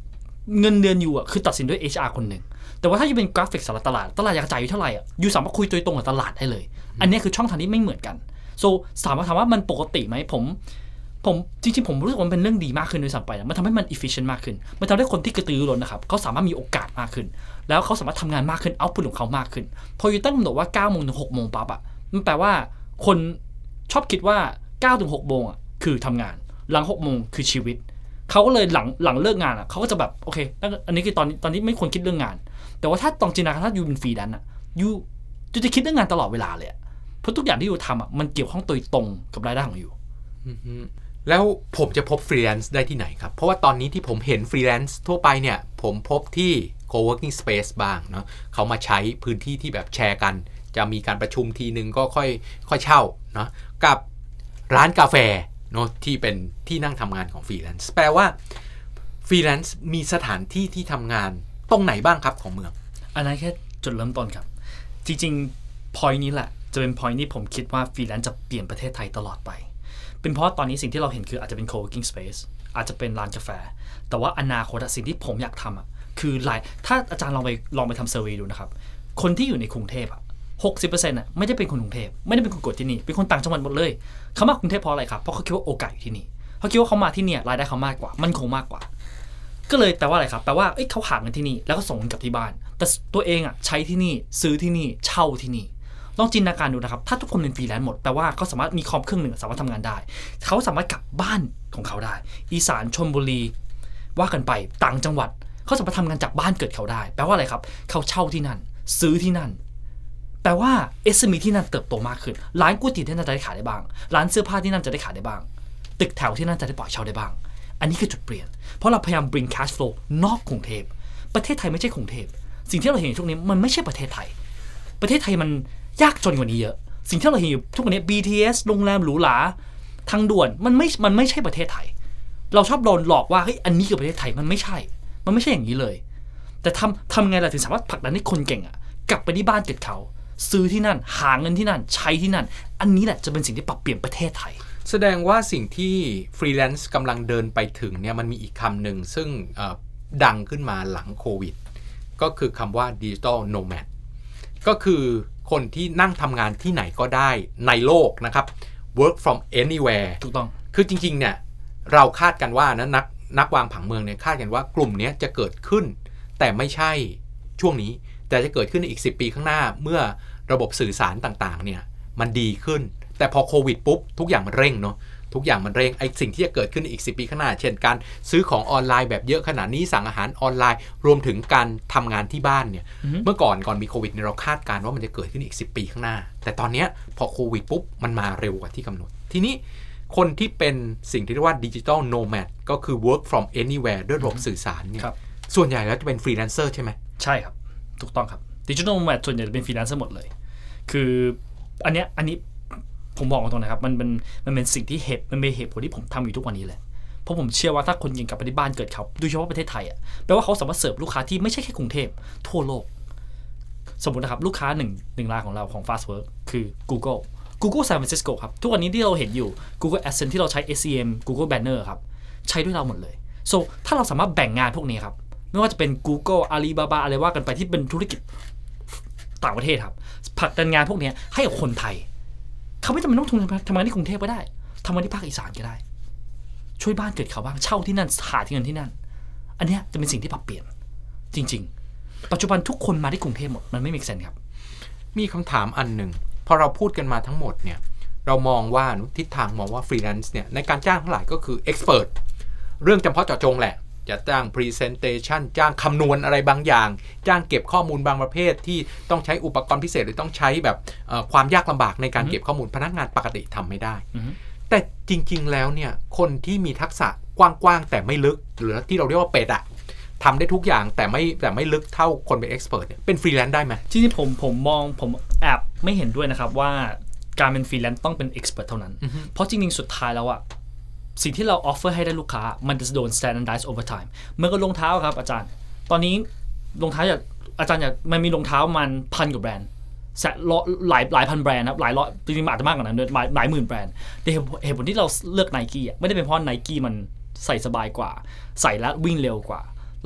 เงินเดือนอยู่อ่ะคือตัดสินด้วย เอช อาร์ คนหนึ่งแต่ว่าถ้าอยู่เป็นกราฟิกสำหรับตลาดตลาดอยากจ่ายอยู่เท่าไหร่อ่ะอยู่สามารถคุยโดยตรงกับตลาดได้เลยอันนี้คือช่องทางที่ไม่เหมือนกันโซสามารถถามว่ามันปกติไหมผมผมจริงๆผมรู้สึกว่ามันเป็นเรื่องดีมากขึ้นด้วยซ้ำไปนะมันทำให้มัน efficient มากขึ้นมันทำให้คนที่กระตือรือร้นนะครับเขาสามารถมีโอกาสมากขึ้นแล้วเขาสามารถทำงานมากขึ้นเอาท์พุตของเขามากขึ้นพออยู่ตั้งกำหนดว่าเก้าโมงถึงหกโมงปั๊บอ่ะมันแปลว่าคนชอบคิดว่าเก้าถึงหกโมงอ่ะคือทำงานหลังหกโมงคือชีวิตเขาก็เลยหลังหลังเลิกงานอ่ะเขาก็จะแบบโอเคอันนี้คือตอนตอนนี้ไม่ควรคิดเรื่องงานแต่ว่าถ้าตองจินตนาการถ้าอยู่เป็นฟรีแลนซ์อ่ะยูยูจะคิดเรื่องงานตลอดเวลาเลยเพราะทุกอย่างที่ยูทำอ่ะมันเกี่ยวข้องโดยตรงกับรายได้ของยูแล้วผมจะพบฟรีแลนซ์ได้ที่ไหนครับเพราะว่าตอนนี้ที่ผมเห็นฟรีแลนซ์ทั่วไปเนี่ยผมพบที่ co-working space บ้างเนาะเขามาใช้พื้นที่ที่แบบแชร์กันจะมีการประชุมทีนึงก็ค่อยค่อยเช่าเนาะกับร้านกาแฟเนาะที่เป็นที่นั่งทำงานของฟรีแลนซ์แปลว่าฟรีแลนซ์มีสถานที่ที่ทำงานตรงไหนบ้างครับของเมืองอันนั้นแค่จุดเริ่มต้นครับจริงๆ point นี้แหละจะเป็น point ที่ผมคิดว่าฟรีแลนซ์จะเปลี่ยนประเทศไทยตลอดไปเป็นเพราะตอนนี้สิ่งที่เราเห็นคืออาจจะเป็น co-working space อาจจะเป็นร้านกาแฟแต่ว่าอนาคตสิ่งที่ผมอยากทำอ่ะคือหลายถ้าอาจารย์ลองไปลองไปทำเซอร์เวย์ดูนะครับคนที่อยู่ในกรุงเทพอ่ะ หกสิบเปอร์เซ็นต์ อ่ะไม่ได้เป็นคนกรุงเทพไม่ได้เป็นคนกดที่นี่เป็นคนต่างจังหวัดหมดเลยเขามากรุงเทพเพราะอะไรครับเพราะเขาคิดว่าโอกาสอยู่ที่นี่เขาคิดว่าเขามาที่เนี่ยรายได้เขามากกว่ามันคงมากกว่าก็เลยแต่ว่าอะไรครับแปลว่าเอ้ยเขาหาเงินที่นี่แล้วก็ส่งเงินกลับที่บ้านแต่ตัวเองอ่ะใช้ที่นี่ซื้อที่นี่เช่าที่นี่ลองจินตนาการดูนะครับถ้าทุกคนเป็นฟรีแลนซ์หมดแปลว่าเขาสามารถมีคอมเครื่องหนึ่งสามารถทำงานได้เขาสามารถกลับบ้านของเขาได้อีสานชลบุรีว่ากันไปต่างจังหวัดเขาสามารถทำงานจากบ้านเกิดเขาได้แปลว่าอะไรครับเขาเช่าที่นั่นซื้อที่นั่นแปลว่า เอส เอ็ม อี ที่นั่นเติบโตมากขึ้นร้านก๋วยเตี๋ยวที่นั่นจะได้ขายได้บ้างร้านเสื้อผ้าที่นั่นจะได้ขายได้บ้างตึกแถวที่นั่นจะได้ปล่อยเช่าได้บ้างอันนี้คือจุดเปลี่ยนเพราะเราพยายาม bring cash flow นอกกรุงเทพประเทศไทยไม่ใช่กรุงเทพสิ่งที่เราเห็นช่วงนี้มันไม่ใช่ประเทศไทยประเทศไทยมันยากจนกว่านี้เยอะสิ่งที่เราเห็นอยู่ทุกวันนี้ บี ที เอส โรงแรมหรูหราทางด่วนมันไม่มันไม่ใช่ประเทศไทยเราชอบโดนหลอกว่าเฮ้ยอันนี้คือประเทศไทยมันไม่ใช่มันไม่ใช่อย่างนี้เลยแต่ทำทำไงล่ะถึงสามารถผลักดันให้คนเก่งอ่ะกลับไปที่บ้านเกิดเขาซื้อที่นั่นหาเงินที่นั่นใช้ที่นั่นอันนี้แหละจะเป็นสิ่งที่ปรับเปลี่ยนประเทศไทยแสดงว่าสิ่งที่ฟรีแลนซ์กำลังเดินไปถึงเนี่ยมันมีอีกคำหนึ่งซึ่งดังขึ้นมาหลังโควิดก็คือคำว่า Digital Nomad ก็คือคนที่นั่งทำงานที่ไหนก็ได้ในโลกนะครับ work from anywhere ถูกต้องคือจริงๆเนี่ยเราคาดกันว่านะนักนักวางผังเมืองเนี่ยคาดกันว่ากลุ่มนี้จะเกิดขึ้นแต่ไม่ใช่ช่วงนี้แต่จะเกิดขึ้นในอีกสิบปีข้างหน้าเมื่อระบบสื่อสารต่างๆเนี่ยมันดีขึ้นแต่พอโควิดปุ๊บทุกอย่างมันเร่งเนาะทุกอย่างมันเร่งไอ้สิ่งที่จะเกิดขึ้นในอีกสิบปีข้างหน้าเช่นการซื้อของออนไลน์แบบเยอะขนาดนี้สั่งอาหารออนไลน์รวมถึงการทำงานที่บ้านเนี่ย mm-hmm. เมื่อก่อนก่อนมีโควิดเนี่ยเราคาดการณ์ว่ามันจะเกิดขึ้นอีกสิบปีข้างหน้าแต่ตอนนี้พอโควิดปุ๊บมันมาเร็วกว่าที่กำหนดทีนี้คนที่เป็นสิ่งที่เรียกว่า Digital Nomad ก็คือ work from anywhere ด้วยระบบสื่อสารเนี่ยส่วนใหญ่แล้วจะเป็นฟรีแลนเซอร์ใช่ไหมใช่ครับถูกต้องครับ Digital Nomad ส่วนใหญ่จะเป็นฟรีแลนเซอร์หมดเลยคืออันเนี้ยอันนี้ผมบอกตรงนะครับมันเป็นมันเป็นสิ่งที่เหตุมันเป็นเหตุผลที่ผมทำอยู่ทุกวันนี้เลยเพราะผมเชื่อว่าถ้าคนยิงกลับไปที่บ้านเกิดเขาโดยเฉพาะประเทศไทยอ่ะแปลว่าเขาสามารถเสิร์ฟลูกค้าที่ไม่ใช่แค่กรุงเทพทั่วโลกสมมุตินะครับลูกค้าหนึ่งหนึ่งรายของเราของ Fastwork คือ Google Google San Francisco ครับทุกวันนี้ที่เราเห็นอยู่ Google AdSense ที่เราใช้ เอส ซี เอ็ม Google Banner ครับใช้ด้วยเราหมดเลย so ถ้าเราสามารถแบ่งงานพวกนี้ครับไม่ว่าจะเป็น Google Alibaba อะไรว่ากันไปที่เป็นธุรกิจต่างประเทศครับผลักดันงานพวกนี้ให้กับคนไทยเขาไม่จำเป็นต้องทำงานที่กรุงเทพก็ได้ทำงานที่ภาคอีสานก็ได้ช่วยบ้านเกิดเขาบ้างเช่าที่นั่นหาที่เงินที่นั่นอันนี้จะเป็นสิ่งที่ปรับเปลี่ยนจริงๆปัจจุบันทุกคนมาที่กรุงเทพหมดมันไม่มีเซนครับมีคำถามอันหนึ่งพอเราพูดกันมาทั้งหมดเนี่ยเรามองว่าทิศทางมองว่าฟรีแลนซ์เนี่ยในการจ้างทั้งหลายก็คือเอ็กซ์เพรสเรื่องจำเพาะเจาะจงแหละจะจ้าง presentation จ้างคำนวณอะไรบางอย่างจ้างเก็บข้อมูลบางประเภทที่ต้องใช้อุปกรณ์พิเศษหรือต้องใใช้แบบความยากลำบากในการเก็บข้อมูลพนักงานปกติทำไม่ได้แต่จริงๆแล้วเนี่ยคนที่มีทักษะกว้างๆแต่ไม่ลึกหรือที่เราเรียกว่าเป็ดอะทำได้ทุกอย่างแต่ไม่แต่ไม่ลึกเท่าคนเป็น expert เนี่ยเป็นฟรีแลนซ์ได้ไหมจริงๆผมผมมองผมแอบไม่เห็นด้วยนะครับว่าการเป็นฟรีแลนซ์ต้องเป็น expert เท่านั้นเพราะจริงๆสุดท้ายแล้วอะสิ่งที่เราออฟเฟอร์ให้ได้ลูกค้ามันจะโดน standardize over time เมื่อก็รองเท้าครับอาจารย์ตอนนี้รองเท้าอยากอาจารย์อยากมันมีรองเท้ามันพันกว่าแบรนด์หลายหลายพันแบรนด์นะหลายร้อยจริงๆอาจจะมากกว่านั้นด้วยหลายหลายหมื่นแบรนด์แต่เหตุผลที่เราเลือก Nike อ่ะไม่ได้เป็นเพราะ Nike มันใส่สบายกว่าใส่แล้ววิ่งเร็วกว่า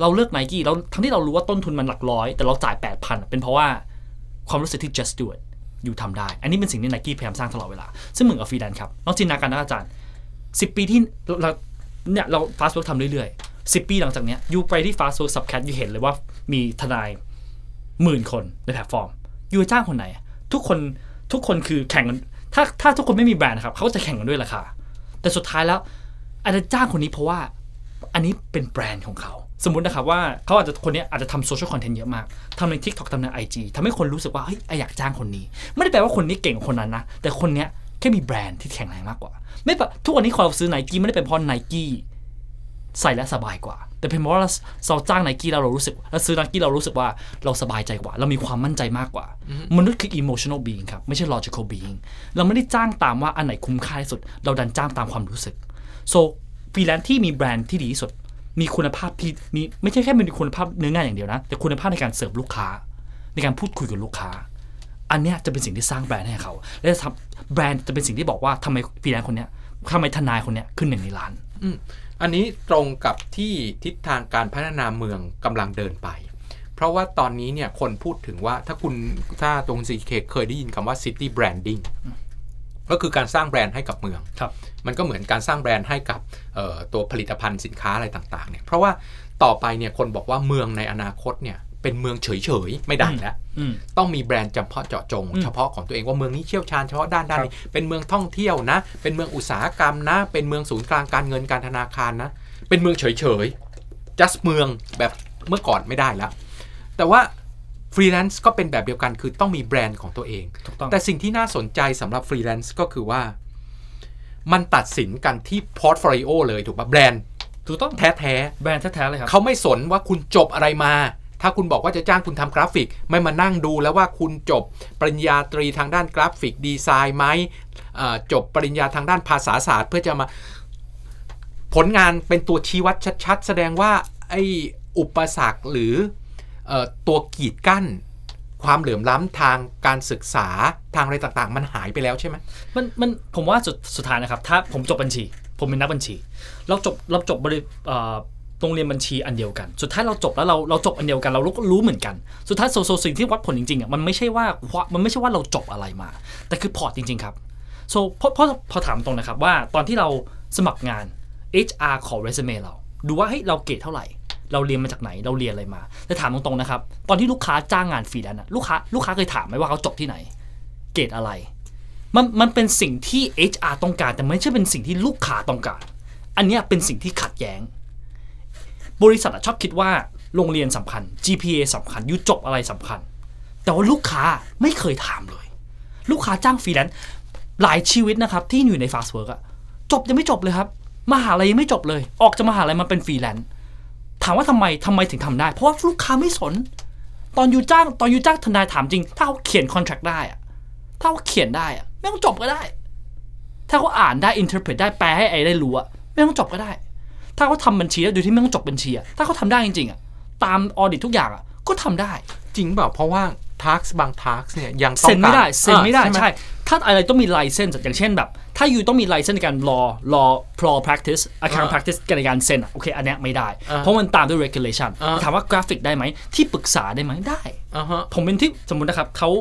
เราเลือก Nike เราทั้งที่เรารู้ว่าต้นทุนมันหลักร้อยแต่เราจ่าย แปดพัน เป็นเพราะว่าความรู้สึกที่ just do it อยู่ทำได้อันนี้เป็นสิ่งที่ Nike พยายามสร้างตลอดเวลาซึ่งเหมือนกับฟรีแลนซ์ครับน้องจินตนาการนะอาจารย์สิบปีที่เราเนี่ยเรา fast work ทำเรื่อยๆสิบปีหลังจากเนี้ยยูไปที่ fast work subcat ยูเห็นเลยว่ามีทนายหมื่นคนในแพลตฟอร์มยูจ้างคนไหนทุกคนทุกคนคือแข่งกันถ้าถ้าทุกคนไม่มีแบรนด์นะครับเขาจะแข่งกันด้วยราคาแต่สุดท้ายแล้วอาจจะจ้างคนนี้เพราะว่าอันนี้เป็นแบรนด์ของเขาสมมุตินะครับว่าเขาอาจจะคนนี้อาจจะทำโซเชียลคอนเทนต์เยอะมากทำใน TikTok ทำใน ไอ จี ทำให้คนรู้สึกว่าเฮ้ยอยากจ้างคนนี้ไม่ได้แปลว่าคนนี้เก่งกว่าคนนั้นนะแต่คนนี้แค่มีแบรนด์ที่แข็งแรงมากกว่าไม่แบบทุกวันนี้คนเราซื้อ Nike ไม่ได้เป็นเพราะ Nike ใส่แล้วสบายกว่าแต่เป็นเพราะว่าเราจ้าง Nike แล้วเรารู้สึกแล้วซื้อ Nike เรารู้สึกว่าเราสบายใจกว่าเรามีความมั่นใจมากกว่ามนุษย์คือ emotional being ครับไม่ใช่ logical being เราไม่ได้จ้างตามว่าอันไหนคุ้มค่าที่สุดเราดันจ้างตามความรู้สึก so ฟรีแลนซ์ที่มีแบรนด์ที่ดีที่สุดมีคุณภาพที่มีไม่ใช่แค่มีคุณภาพเนื้องานอย่างเดียวนะแต่คุณภาพในการเสิร์ฟลูกค้าในการพูดคุยกับลูกค้าอันเนี้ยจะเป็นสิ่งที่สร้างแบรนด์ให้เขาและทำแบรนด์จะเป็นสิ่งที่บอกว่าทำไมฟรีแลนซ์คนเนี้ยทำไมทนายคนเนี้ยขึ้นหนึ่งในล้านอันนี้ตรงกับที่ทิศทางการพัฒนาเมืองกำลังเดินไปเพราะว่าตอนนี้เนี่ยคนพูดถึงว่าถ้าคุณถ้าตรงซีเคเคยได้ยินคำว่า city branding ก็คือการสร้างแบรนด์ให้กับเมืองมันก็เหมือนการสร้างแบรนด์ให้กับตัวผลิตภัณฑ์สินค้าอะไรต่างๆเนี่ยเพราะว่าต่อไปเนี่ยคนบอกว่าเมืองในอนาคตเนี่ยเป็นเมืองเฉยๆไม่ได้แล้วต้องมีแบรนด์เฉพาะเจาะจงเฉพาะของตัวเองว่าเมืองนี้เชี่ยวชาญเฉพาะด้านด้านนี้เป็นเมืองท่องเที่ยวนะเป็นเมืองอุตสาหกรรมนะเป็นเมืองศูนย์กลางการเงินการธนาคารนะเป็นเมืองเฉยๆ just เมืองแบบเมื่อก่อนไม่ได้แล้วแต่ว่าฟรีแลนซ์ก็เป็นแบบเดียวกันคือต้องมีแบรนด์ของตัวเองแต่สิ่งที่น่าสนใจสำหรับฟรีแลนซ์ก็คือว่ามันตัดสินกันที่พอร์ตโฟลิโอเลยถูกป่ะแบรนด์ถูกต้องแท้แท้แบรนด์แท้ๆเลยครับเขาไม่สนว่าคุณจบอะไรมาถ้าคุณบอกว่าจะจ้างคุณทำกราฟิกไม่มานั่งดูแล้วว่าคุณจบปริญญาตรีทางด้านกราฟิกดีไซน์ไหมจบปริญญาทางด้านภาษาศาสตร์เพื่อจะมาผลงานเป็นตัวชี้วัดชัดๆแสดงว่าไอ้อุปสรรคหรือตัวกีดกั้นความเหลื่อมล้ำทางการศึกษาทางอะไรต่างๆมันหายไปแล้วใช่ไหมมันมันผมว่าสุดสุดท้ายนะครับถ้าผมจบบัญชีผมเป็นนักบัญชีเราจบเราจบบริโรงเรียนบัญชีอันเดียวกันสุดท้ายเราจบแล้วเราเราจบอันเดียวกันเราก็รู้เหมือนกันสุดท้ายโซโซสิ่งที่วัดผลจริงๆอ่ะมันไม่ใช่ว่ามันไม่ใช่ว่าเราจบอะไรมาแต่คือพอร์ตจริงๆครับโซเพราะเพราะพอถามตรงนะครับว่าตอนที่เราสมัครงาน เอช อาร์ ขอเรซูเม่เราดูว่าเฮ้ยเราเกรดเท่าไหร่เราเรียนมาจากไหนเราเรียนอะไรมาแต่ถามตรงๆนะครับตอนที่ลูกค้าจ้างงานฟรีแลนซ์ลูกค้าลูกค้าเคยถามไหมว่าเขาจบที่ไหนเกรดอะไรมันมันเป็นสิ่งที่ เอช อาร์ ต้องการแต่ไม่ใช่เป็นสิ่งที่ลูกค้าต้องการอันนี้เป็นสิ่งที่ขัดแย้งบริษัทชอบคิดว่าโรงเรียนสำคัญ จี พี เอ สำคัญยูจบอะไรสำคัญแต่ว่าลูกค้าไม่เคยถามเลยลูกค้าจ้างฟรีแลนซ์หลายชีวิตนะครับที่อยู่ใน fast work อะจบยังไม่จบเลยครับมหาลัยยังไม่จบเลยออกจากมหาลัยมาเป็นฟรีแลนซ์ถามว่าทำไมทำไมถึงทำได้เพราะว่าลูกค้าไม่สนตอนยูจ้างตอนยูจ้างทนายถามจริงถ้าเขาเขียน contract ได้อะถ้าเขาเขียนได้อะไม่ต้องจบก็ได้ถ้าเขาอ่านได้ interpret ได้แปลให้ไอ้ได้รู้อะไม่ต้องจบก็ได้ถ้าเขาทำบัญชีแล้วโดยที่ไม่ต้องจบบัญชีอะถ้าเขาทำได้จริงๆอะตามออดิตทุกอย่างอะก็ทำได้จริงเปล่าเพราะว่าทักบางทักเนี่ยยังต้องการเซ็นไม่ได้เซ็นไม่ได้ใช่ถ้าอะไรต้องมีไลเซนส์อย่างเช่นแบบถ้าอยู่ต้องมีไลเซนส์ในการ law law law practice account practice ในการเซ็นโอเคอันนี้ไม่ได้เพราะมันตามด้วย regulation ถามว่ากราฟิกได้ไหมที่ปรึกษาได้ไหมได้ผมเป็นที่สมมุตินะครับเขา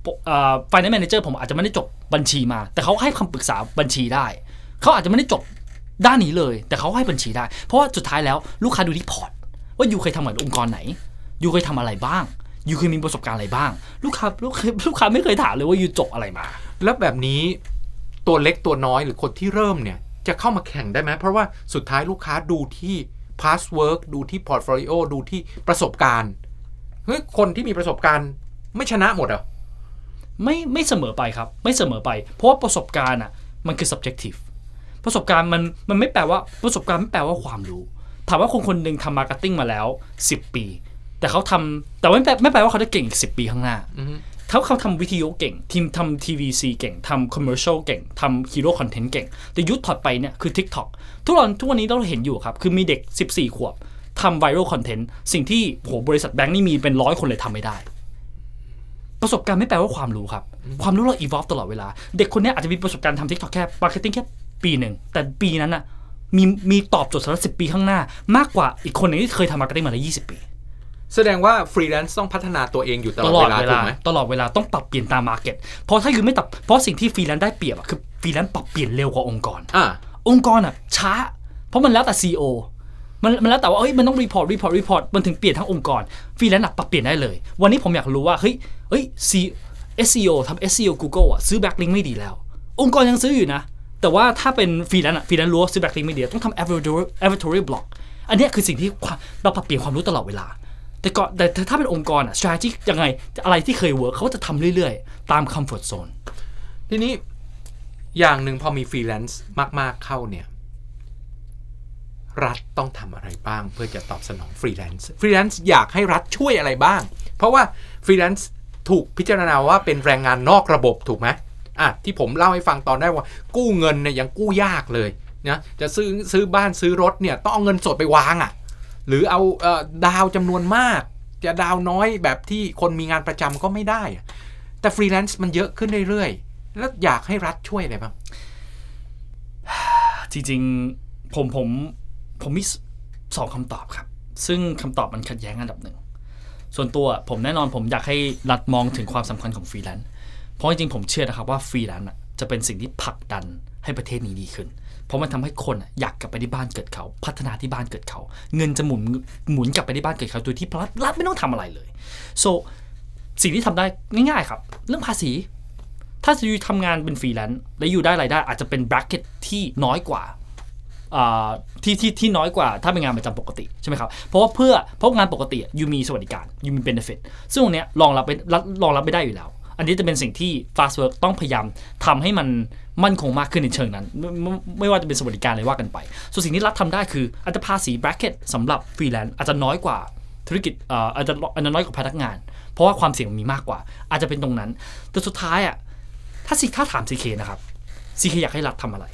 finance manager ผมอาจจะไม่ได้จบบัญชีมาแต่เขาให้คำปรึกษาบัญชีได้เขาอาจจะไม่ได้จบด้านนี้เลยแต่เขาให้บัญชีได้เพราะว่าสุดท้ายแล้วลูกค้าดูที่พอร์ตว่าอยู่เคยทำกับองค์กรไหนอยู่เคยทำอะไรบ้างยูเคยมีประสบการณ์อะไรบ้างลูกค้าลูกค้าลูกค้าไม่เคยถามเลยว่ายูจบอะไรมาแล้วแบบนี้ตัวเล็กตัวน้อยหรือคนที่เริ่มเนี่ยจะเข้ามาแข่งได้ไหมเพราะว่าสุดท้ายลูกค้าดูที่ past work ดูที่ portfolio ดูที่ประสบการณ์เฮ้ยคนที่มีประสบการณ์ไม่ชนะหมดเหรอไม่ไม่เสมอไปครับไม่เสมอไปเพราะว่าประสบการณ์อ่ะมันคือ subjective ประสบการณ์มันมันไม่แปลว่าประสบการณ์ไม่แปลว่าความรู้ถามว่าคนคนหนึ่งทำ marketing มาแล้วสิบปีแต่เขาทำแต่ไม่แปลไม่แปลว่าเขาจะเก่งอีกสิบปีข้างหน้าถ้าเขาทำวิทยุเก่งทีมทำ ที วี ซี เก่งทำ commercial เก่งทำ hero content เก่งแต่ยุคถัดไปเนี่ยคือ TikTok ทุกวันทุกวันนี้เราเห็นอยู่ครับคือมีเด็กสิบสี่ขวบทำ viral content สิ่งที่โหบริษัทแบงค์นี่มีเป็นร้อยคนเลยทำไม่ได้ประสบการณ์ไม่แปลว่าความรู้ครับความรู้เรา evolve ตลอดเวลาเด็กคนนี้อาจจะมีประสบการณ์ทำ TikTok แค่ marketing แค่ปีหนึ่งแต่ปีนั้นน่ะมีมีตอบโจทย์สำหรับสิบปีข้างหน้ามากกว่าอีกคนนึงที่เคยทำมาร์เก็ตติ้งมาแล้วยี่สิบปีแสดงว่าฟรีแลนซ์ต้องพัฒนาตัวเองอยู่ตลอดเวลาถูกไหมตลอดเวลาต้องปรับเปลี่ยนตามมาร์เก็ตเพราะถ้าอยู่ไม่ตับเพราะสิ่งที่ฟรีแลนซ์ได้เปรียบคือฟรีแลนซ์ปรับเปลี่ยนเร็วกว่าองค์กรอ่าองค์กรอ่ะช้าเพราะมันแล้วแต่ ซี อี โอ มันมันแล้วแต่ว่าเอ้ยมันต้องรีพอร์ตรีพอร์ตรีพอร์ตมันถึงเปลี่ยนทั้งองค์กรฟรีแลนซ์ปรับเปลี่ยนได้เลยวันนี้ผมอยากรู้ว่าเฮ้ยเฮ้ย เอส ซี โอ ทำ เอส ซี โอ Google อ่ะซื้อแบ็คลิงก์ไม่ดีแล้วองค์กรยังซื้ออยู่นะแต่ว่าถ้าเป็นฟรีแลนซ์อ่ะฟรีแลนซ์รู้ว่าซื้อแบ็คลิงก์ไม่ดีต้องทำ advertorial block อันนี้คือสิ่งที่เราปรับเปลี่ยนความรู้ตลอดเวลาแต่ก็แต่ถ้าเป็นองค์กรอ่ะ strategy ยังไงอะไรที่เคยเวิร์คเขาจะทำเรื่อยๆตาม comfort zone ทีนี้อย่างหนึ่งพอมีฟรีแลนซ์มากๆเข้าเนี่ยรัฐต้องทำอะไรบ้างเพื่อจะตอบสนองฟรีแลนซ์ฟรีแลนซ์อยากให้รัฐช่วยอะไรบ้างเพราะว่าฟรีแลนซ์ถูกพิจารณาว่าเป็นแรงงานนอกระบบถูกไหมอ่ะที่ผมเล่าให้ฟังตอนแรกว่ากู้เงินเนี่ยยังกู้ยากเลยนะจะซื้อซื้อบ้านซื้อรถเนี่ยต้องเอาเงินสดไปวางอ่ะหรือเอาเอ่อดาวจำนวนมากจะดาวน้อยแบบที่คนมีงานประจำก็ไม่ได้แต่ฟรีแลนซ์มันเยอะขึ้นเรื่อยๆแล้วอยากให้รัฐช่วยอะไรบ้างจริงๆผมผมผมมีสองคำตอบครับซึ่งคำตอบมันขัดแย้งอันดับหนึ่งส่วนตัวผมแน่นอนผมอยากให้รัฐมองถึงความสำคัญของฟรีแลนซ์เพราะจริงๆผมเชื่อนะครับว่าฟรีแลนซ์จะเป็นสิ่งที่ผลักดันให้ประเทศนี้ดีขึ้นเพราะมันทำให้คนอยากกลับไปที่บ้านเกิดเขาพัฒนาที่บ้านเกิดเขาเงินจะหมุนหมุนกลับไปที่บ้านเกิดเขาโดยที่รัฐรัฐไม่ต้องทำอะไรเลย so สิ่งที่ทำได้ง่ายๆครับเรื่องภาษีถ้าจะอยู่ทำงานเป็นฟรีแลนซ์และอยู่ได้รายได้อาจจะเป็น bracket ที่น้อยกว่าที่ที่ที่น้อยกว่าถ้าเป็นงานประจำปกติใช่ไหมครับเพราะว่าเพื่อเพราะงานปกติยูมีสวัสดิการยูมี benefit ซึ่งตรงนี้รองรับไปรองรับไม่ได้อยู่แล้วอันนี้จะเป็นสิ่งที่ fast work ต้องพยายามทำให้มันมั่นคงมากขึ้นในเชิงนั้นไม่ไม่ว่าจะเป็นสวัสดิการอะไรว่ากันไปส่วนสิ่งที่รัฐทำได้คืออาจจะภาษี bracket สำหรับฟรีแลนซ์อาจจะน้อยกว่าธุรกิจอาจจะอาจจะน้อยกว่าพนักงานเพราะว่าความเสี่ยงมีมากกว่าอาจจะเป็นตรงนั้นแต่สุดท้ายอ่ะถ้าสิถ้าถาม ซี เค นะครับ ซี เค อยากให้รัฐทำอะไร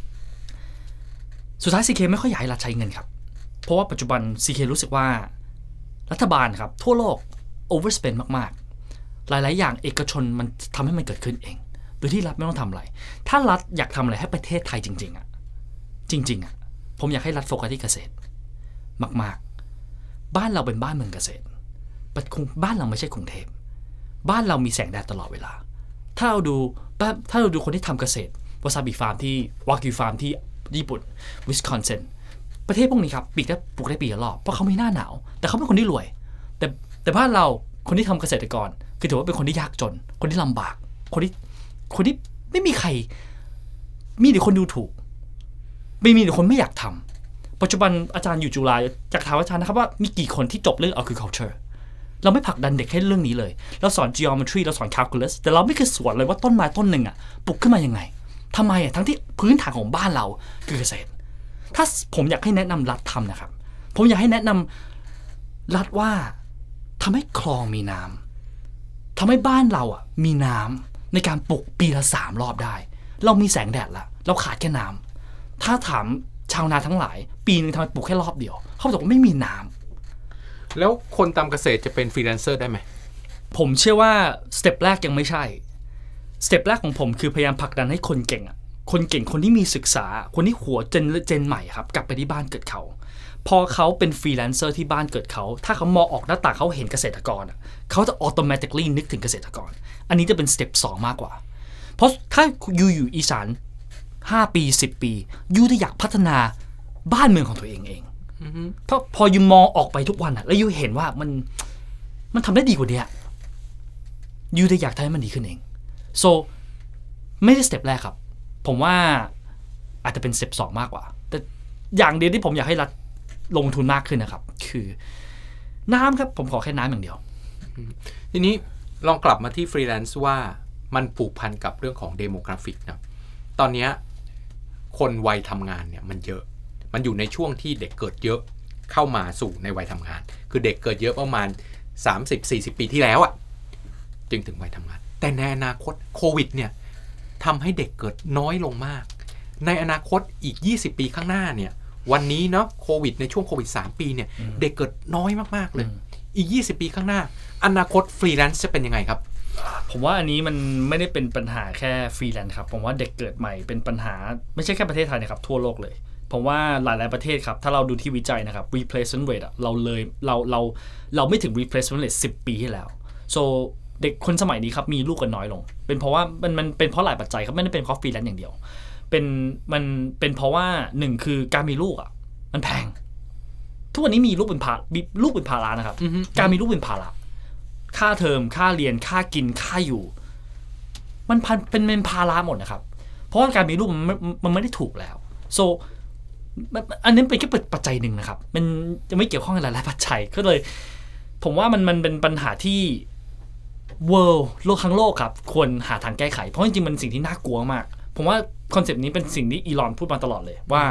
สุดท้าย ซี เค ไม่ค่อยอยากให้รัฐใช้เงินครับเพราะว่าปัจจุบัน ซี เค รู้สึกว่ารัฐบาลครับทั่วโลก overspend มากๆหลายๆอย่างเอกชนมันทำให้มันเกิดขึ้นเองโดยที่รัฐไม่ต้องทำอะไรถ้ารัฐอยากทำอะไรให้ประเทศไทยจริงๆอ่ะจริงๆอ่ะผมอยากให้รัฐโฟกัสที่เกษตรมากๆบ้านเราเป็นบ้านเมืองเกษตรบ้านเราไม่ใช่กรุงเทพบ้านเรามีแสงแดดตลอดเวลาถ้าเราดูถ้าเราดูคนที่ทำเกษตรวาซาบิฟาร์มที่วากิวฟาร์มที่ญี่ปุ่นวิสคอนซินประเทศพวกนี้ครับปีกได้ปลูกได้ปีละรอบเพราะเขาไม่หน้าหนาวแต่เขาเป็นคนที่รวยแต่แต่บ้านเราคนที่ทำเกษตรกรคือถือว่าเป็นคนที่ยากจนคนที่ลำบากคนที่คนที่ไม่มีใครมีแต่คนดูถูกไม่มีแต่คนไม่อยากทำปัจจุบันอาจารย์อยู่จุฬาอยากถามอาจารย์นะครับว่ามีกี่คนที่จบเรื่อง agriculture เราไม่ผลักดันเด็กให้เรื่องนี้เลยเราสอน geometry เราสอน calculus แต่เราไม่เคยสอนเลยว่าต้นไม้ต้นหนึ่งอ่ะปลูกขึ้นมายังไงทำไมอ่ะทั้งที่พื้นฐานของบ้านเราคือเกษตรถ้าผมอยากให้แนะนำรัฐทำนะครับผมอยากให้แนะนำรัฐว่าทำให้คลองมีน้ำทำให้บ้านเราอ่ะมีน้ำในการปลูกปีละสามรอบได้เรามีแสงแดดละเราขาดแค่น้ำถ้าถามชาวนาทั้งหลายปีนึงทำไมปลูกแค่รอบเดียวเขาบอกว่าไม่มีน้ำแล้วคนทำเกษตรจะเป็นฟรีแลนเซอร์ได้ไหมผมเชื่อว่าสเต็ปแรกยังไม่ใช่สเต็ปแรกของผมคือพยายามผลักดันให้คนเก่งอ่ะคนเก่งคนที่มีศึกษาคนที่หัวเจนเจนใหม่ครับกลับไปที่บ้านเกิดเขาพอเขาเป็นฟรีแลนเซอร์ที่บ้านเกิดเขาถ้าเขามองออกหน้าต่างเขาเห็นเกษตรกรอ่ะเขาจะ automatically นึกถึงเกษตรกรอันนี้จะเป็นสเต็ปสองมากกว่าเพราะถ้าอยู่อยู่อีสานห้าปีสิบปียูจะอยากพัฒนาบ้านเมืองของตัวเองเองเพราะพอยูมองออกไปทุกวันอ่ะแล้วยูเห็นว่ามันมันทำได้ดีกว่านี้ยูจะอยากทำให้มันดีขึ้นเอง so ไม่ได้สเต็ปแรกครับผมว่าอาจจะเป็นสเต็ปสองมากกว่าแต่อย่างเดียวที่ผมอยากให้รัฐลงทุนมากขึ้นนะครับคือน้ำครับผมขอแค่น้ำอย่างเดียวทีนี้ลองกลับมาที่ฟรีแลนซ์ว่ามันผูกพันกับเรื่องของเดโมกราฟิกนะตอนนี้คนวัยทำงานเนี่ยมันเยอะมันอยู่ในช่วงที่เด็กเกิดเยอะเข้ามาสู่ในวัยทำงานคือเด็กเกิดเยอะประมาณ สามสิบถึงสี่สิบ ปีที่แล้วอ่ะจึงถึงวัยทำงานแต่ในอนาคตโควิดเนี่ยทำให้เด็กเกิดน้อยลงมากในอนาคตอีกยี่สิบปีข้างหน้าเนี่ยวันนี้เนาะโควิดในช่วงโควิดสามปีเนี่ยเด็กเกิดน้อยมากๆเลยอีกยี่สิบปีข้างหน้าอนาคตฟรีแลนซ์จะเป็นยังไงครับผมว่าอันนี้มันไม่ได้เป็นปัญหาแค่ฟรีแลนซ์ครับผมว่าเด็กเกิดใหม่เป็นปัญหาไม่ใช่แค่ประเทศไทยนะครับทั่วโลกเลยเพราะว่าหลายๆประเทศครับถ้าเราดูที่วิจัยนะครับ replacement rate อะเราเลยเราเราเราไม่ถึง replacement rate สิบปีที่แล้ว so เด็กคนสมัยนี้ครับมีลูกกันน้อยลงเป็นเพราะว่ามันมันเป็นเพราะหลายปัจจัยครับไม่ได้เป็นเพราะฟรีแลนซ์อย่างเดียวเป็นมันเป็นเพราะว่าหนึ่งคือการมีลูกอ่ะมันแพงทุกวันนี้มีลูกเป็นภามีลูกเป็นภาระนะครับ mm-hmm. การมีลูกเป็นภาระค่าเทอมค่าเรียนค่ากินค่าอยู่มันเป็นเป็นภาระหมดนะครับเพราะว่าการมีลูกมันมันไม่ได้ถูกแล้ว so อันนี้เป็นแค่ปัจจัยหนึ่งนะครับมันจะไม่เกี่ยวข้องกับหลายๆปัจจัยก็เลยผมว่ามันมันเป็นปัญหาที่ world โลกทั้งโลกครับควรหาทางแก้ไขเพราะจริงๆมันสิ่งที่น่ากลัวมากผมว่าคอนเซปต์นี้เป็นสิ่งที่อีลอนพูดมาตลอดเลยว่า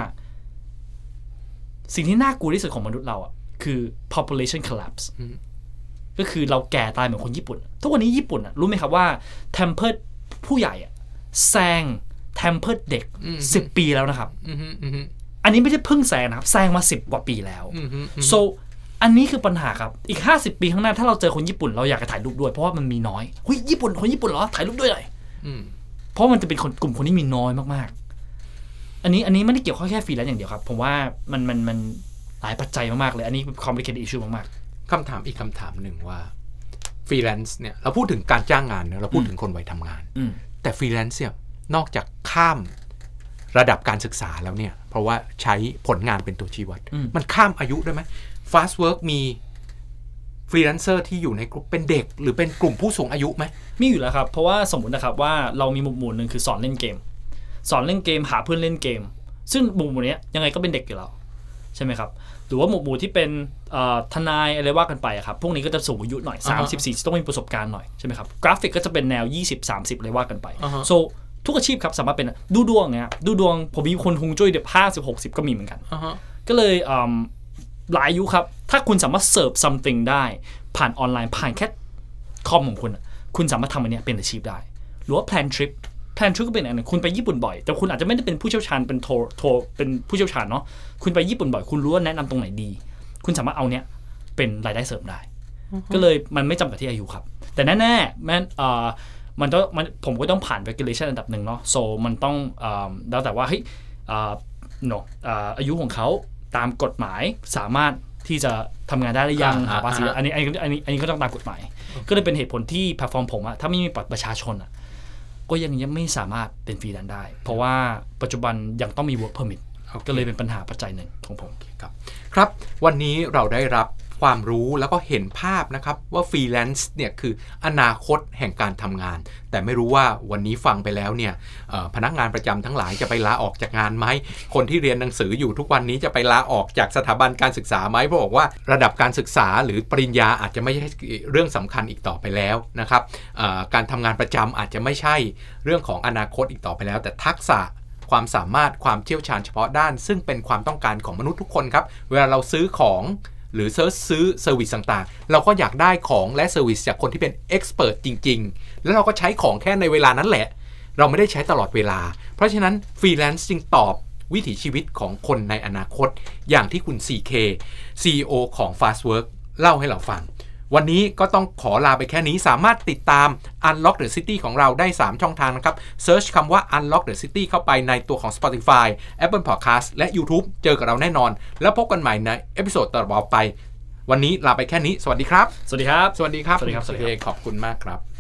สิ่งที่น่ากลัวที่สุดของมนุษย์เราอ่ะคือ population collapse ก็คือเราแก่ตายเหมือนคนญี่ปุ่นทุกวันนี้ญี่ปุ่นอ่ะรู้ไหมครับว่า temper ผู้ใหญ่อ่ะแซง temper เด็กสิบปีแล้วนะครับอันนี้ไม่ใช่เพิ่งแซงนะครับแซงมาสิบกว่าปีแล้ว so อันนี้คือปัญหาครับอีกห้าสิบปีข้างหน้าถ้าเราเจอคนญี่ปุ่นเราอยากจะถ่ายรูปด้วยเพราะว่ามันมีน้อยเฮ้ยญี่ปุ่นคนญี่ปุ่นเหรอถ่ายรูปด้วยเลยเพราะมันจะเป็นคนกลุ่มคนที่มีน้อยมากๆอันนี้อันนี้ไม่ได้เกี่ยวข้องแค่ฟรีแลนซ์อย่างเดียวครับผมว่ามันมันมันหลายปัจจัยมากๆเลยอันนี้ complicated issue มากๆคำถามอีกคำถามหนึ่งว่าฟรีแลนซ์เนี่ยเราพูดถึงการจ้างงานเนี่ยเราพูดถึงคนวัยทำงานแต่ฟรีแลนซ์เนี่ยนอกจากข้ามระดับการศึกษาแล้วเนี่ยเพราะว่าใช้ผลงานเป็นตัวชี้วัดมันข้ามอายุได้ไหม Fast Work มีฟรีแลนเซอร์ที่อยู่ในกลุ่มเป็นเด็กหรือเป็นกลุ่มผู้สูงอายุไหมมีอยู่แล้วครับเพราะว่าสมมุตินะครับว่าเรามีหมู่หมู่นึงคือสอนเล่นเกมสอนเล่นเกมหาเพื่อนเล่นเกมซึ่งหมู่หมู่นี้ยังไงก็เป็นเด็กอยู่แล้วใช่ไหมครับหรือว่าหมู่หมู่ที่เป็นทนายอะไรว่ากันไปครับพวกนี้ก็จะสูงอายุหน่อยสามสิบสี่ต้องมีประสบการณ์หน่อยใช่ไหมครับกราฟิกก็จะเป็นแนวยี่สิบ สามสิบอะไรว่ากันไป uh-huh. so ทุกอาชีพครับสามารถเป็นดูดวงเนี่ยดูดวงผมมีคนฮวงจุ้ยเดี๋ยวห้าสิบ หกสิบก็มีเหมือนกัน uh-huh. ก็เลยหลายอายุครับถ้าคุณสามารถเสิร์ฟ something ได้ผ่านออนไลน์ผ่านแค่คอมของคุณคุณสามารถทำอันนี้เป็นอาชีพได้หรือว่า plan trip plan trip ก็เป็นอันนึงคุณไปญี่ปุ่นบ่อยแต่คุณอาจจะไม่ได้เป็นผู้เชี่ยวชาญเป็นโทรโทรเป็นผู้เชี่ยวชาญเนาะคุณไปญี่ปุ่นบ่อยคุณรู้ว่าแนะนำตรงไหนดีคุณสามารถเอาเนี้ยเป็นรายได้เสริมได้ uh-huh. ก็เลยมันไม่จำกัดที่อายุครับแต่แน่ๆแม้เอ่อมันต้องมันผมก็ต้องผ่าน regulation อันดับหนึ่งเนาะ so มันต้องเอ่อแล้วแต่ว่าเฮ้ยเอ่อ no เอ่ออายุของเขาตามกฎหมายสามารถที่จะทำงานได้หรือยังหาภาษีอันนี้อันนี้อันนี้อันนี้ก็ต้องตามกฎหมายก็เลยเป็นเหตุผลที่แพลตฟอร์มผมอะถ้าไม่มีบัตรประชาชนอะก็ยังยังไม่สามารถเป็นฟรีแลนซ์ได้เพราะว่าปัจจุบันยังต้องมี work permit ก็เลยเป็นปัญหาปัจจัยหนึ่งของผมครับครับวันนี้เราได้รับความรู้แล้วก็เห็นภาพนะครับว่าฟรีแลนซ์เนี่ยคืออนาคตแห่งการทำงานแต่ไม่รู้ว่าวันนี้ฟังไปแล้วเนี่ยพนักงานประจำทั้งหลายจะไปลาออกจากงานไหมคนที่เรียนหนังสืออยู่ทุกวันนี้จะไปลาออกจากสถาบันการศึกษาไหมเพราะบอกว่าระดับการศึกษาหรือปริญญาอาจจะไม่ใช่เรื่องสำคัญอีกต่อไปแล้วนะครับการทำงานประจำอาจจะไม่ใช่เรื่องของอนาคตอีกต่อไปแล้วแต่ทักษะความสามารถความเชี่ยวชาญเฉพาะด้านซึ่งเป็นความต้องการของมนุษย์ทุกคนครับเวลาเราซื้อของหรือเซิร์ชซื้อเซอร์วิสต่างๆเราก็อยากได้ของและเซอร์วิสจากคนที่เป็นเอ็กซ์เพิร์ทจริงๆแล้วเราก็ใช้ของแค่ในเวลานั้นแหละเราไม่ได้ใช้ตลอดเวลาเพราะฉะนั้นฟรีแลนซ์จึงตอบวิถีชีวิตของคนในอนาคตอย่างที่คุณ ซี เค ซี อี โอ ของ Fast Work เล่าให้เราฟังวันนี้ก็ต้องขอลาไปแค่นี้สามารถติดตาม Unlock the City ของเราได้สามช่องทางนะครับเซิร์ชคำว่า Unlock the City เข้าไปในตัวของ Spotify Apple Podcast และ YouTube เจอกับเราแน่นอนแล้วพบกันใหม่ในเอพิโซดต่อไปวันนี้ลาไปแค่นี้สวัสดีครับสวัสดีครับสวัสดีครับสวัสดีครับขอบคุณมากครับ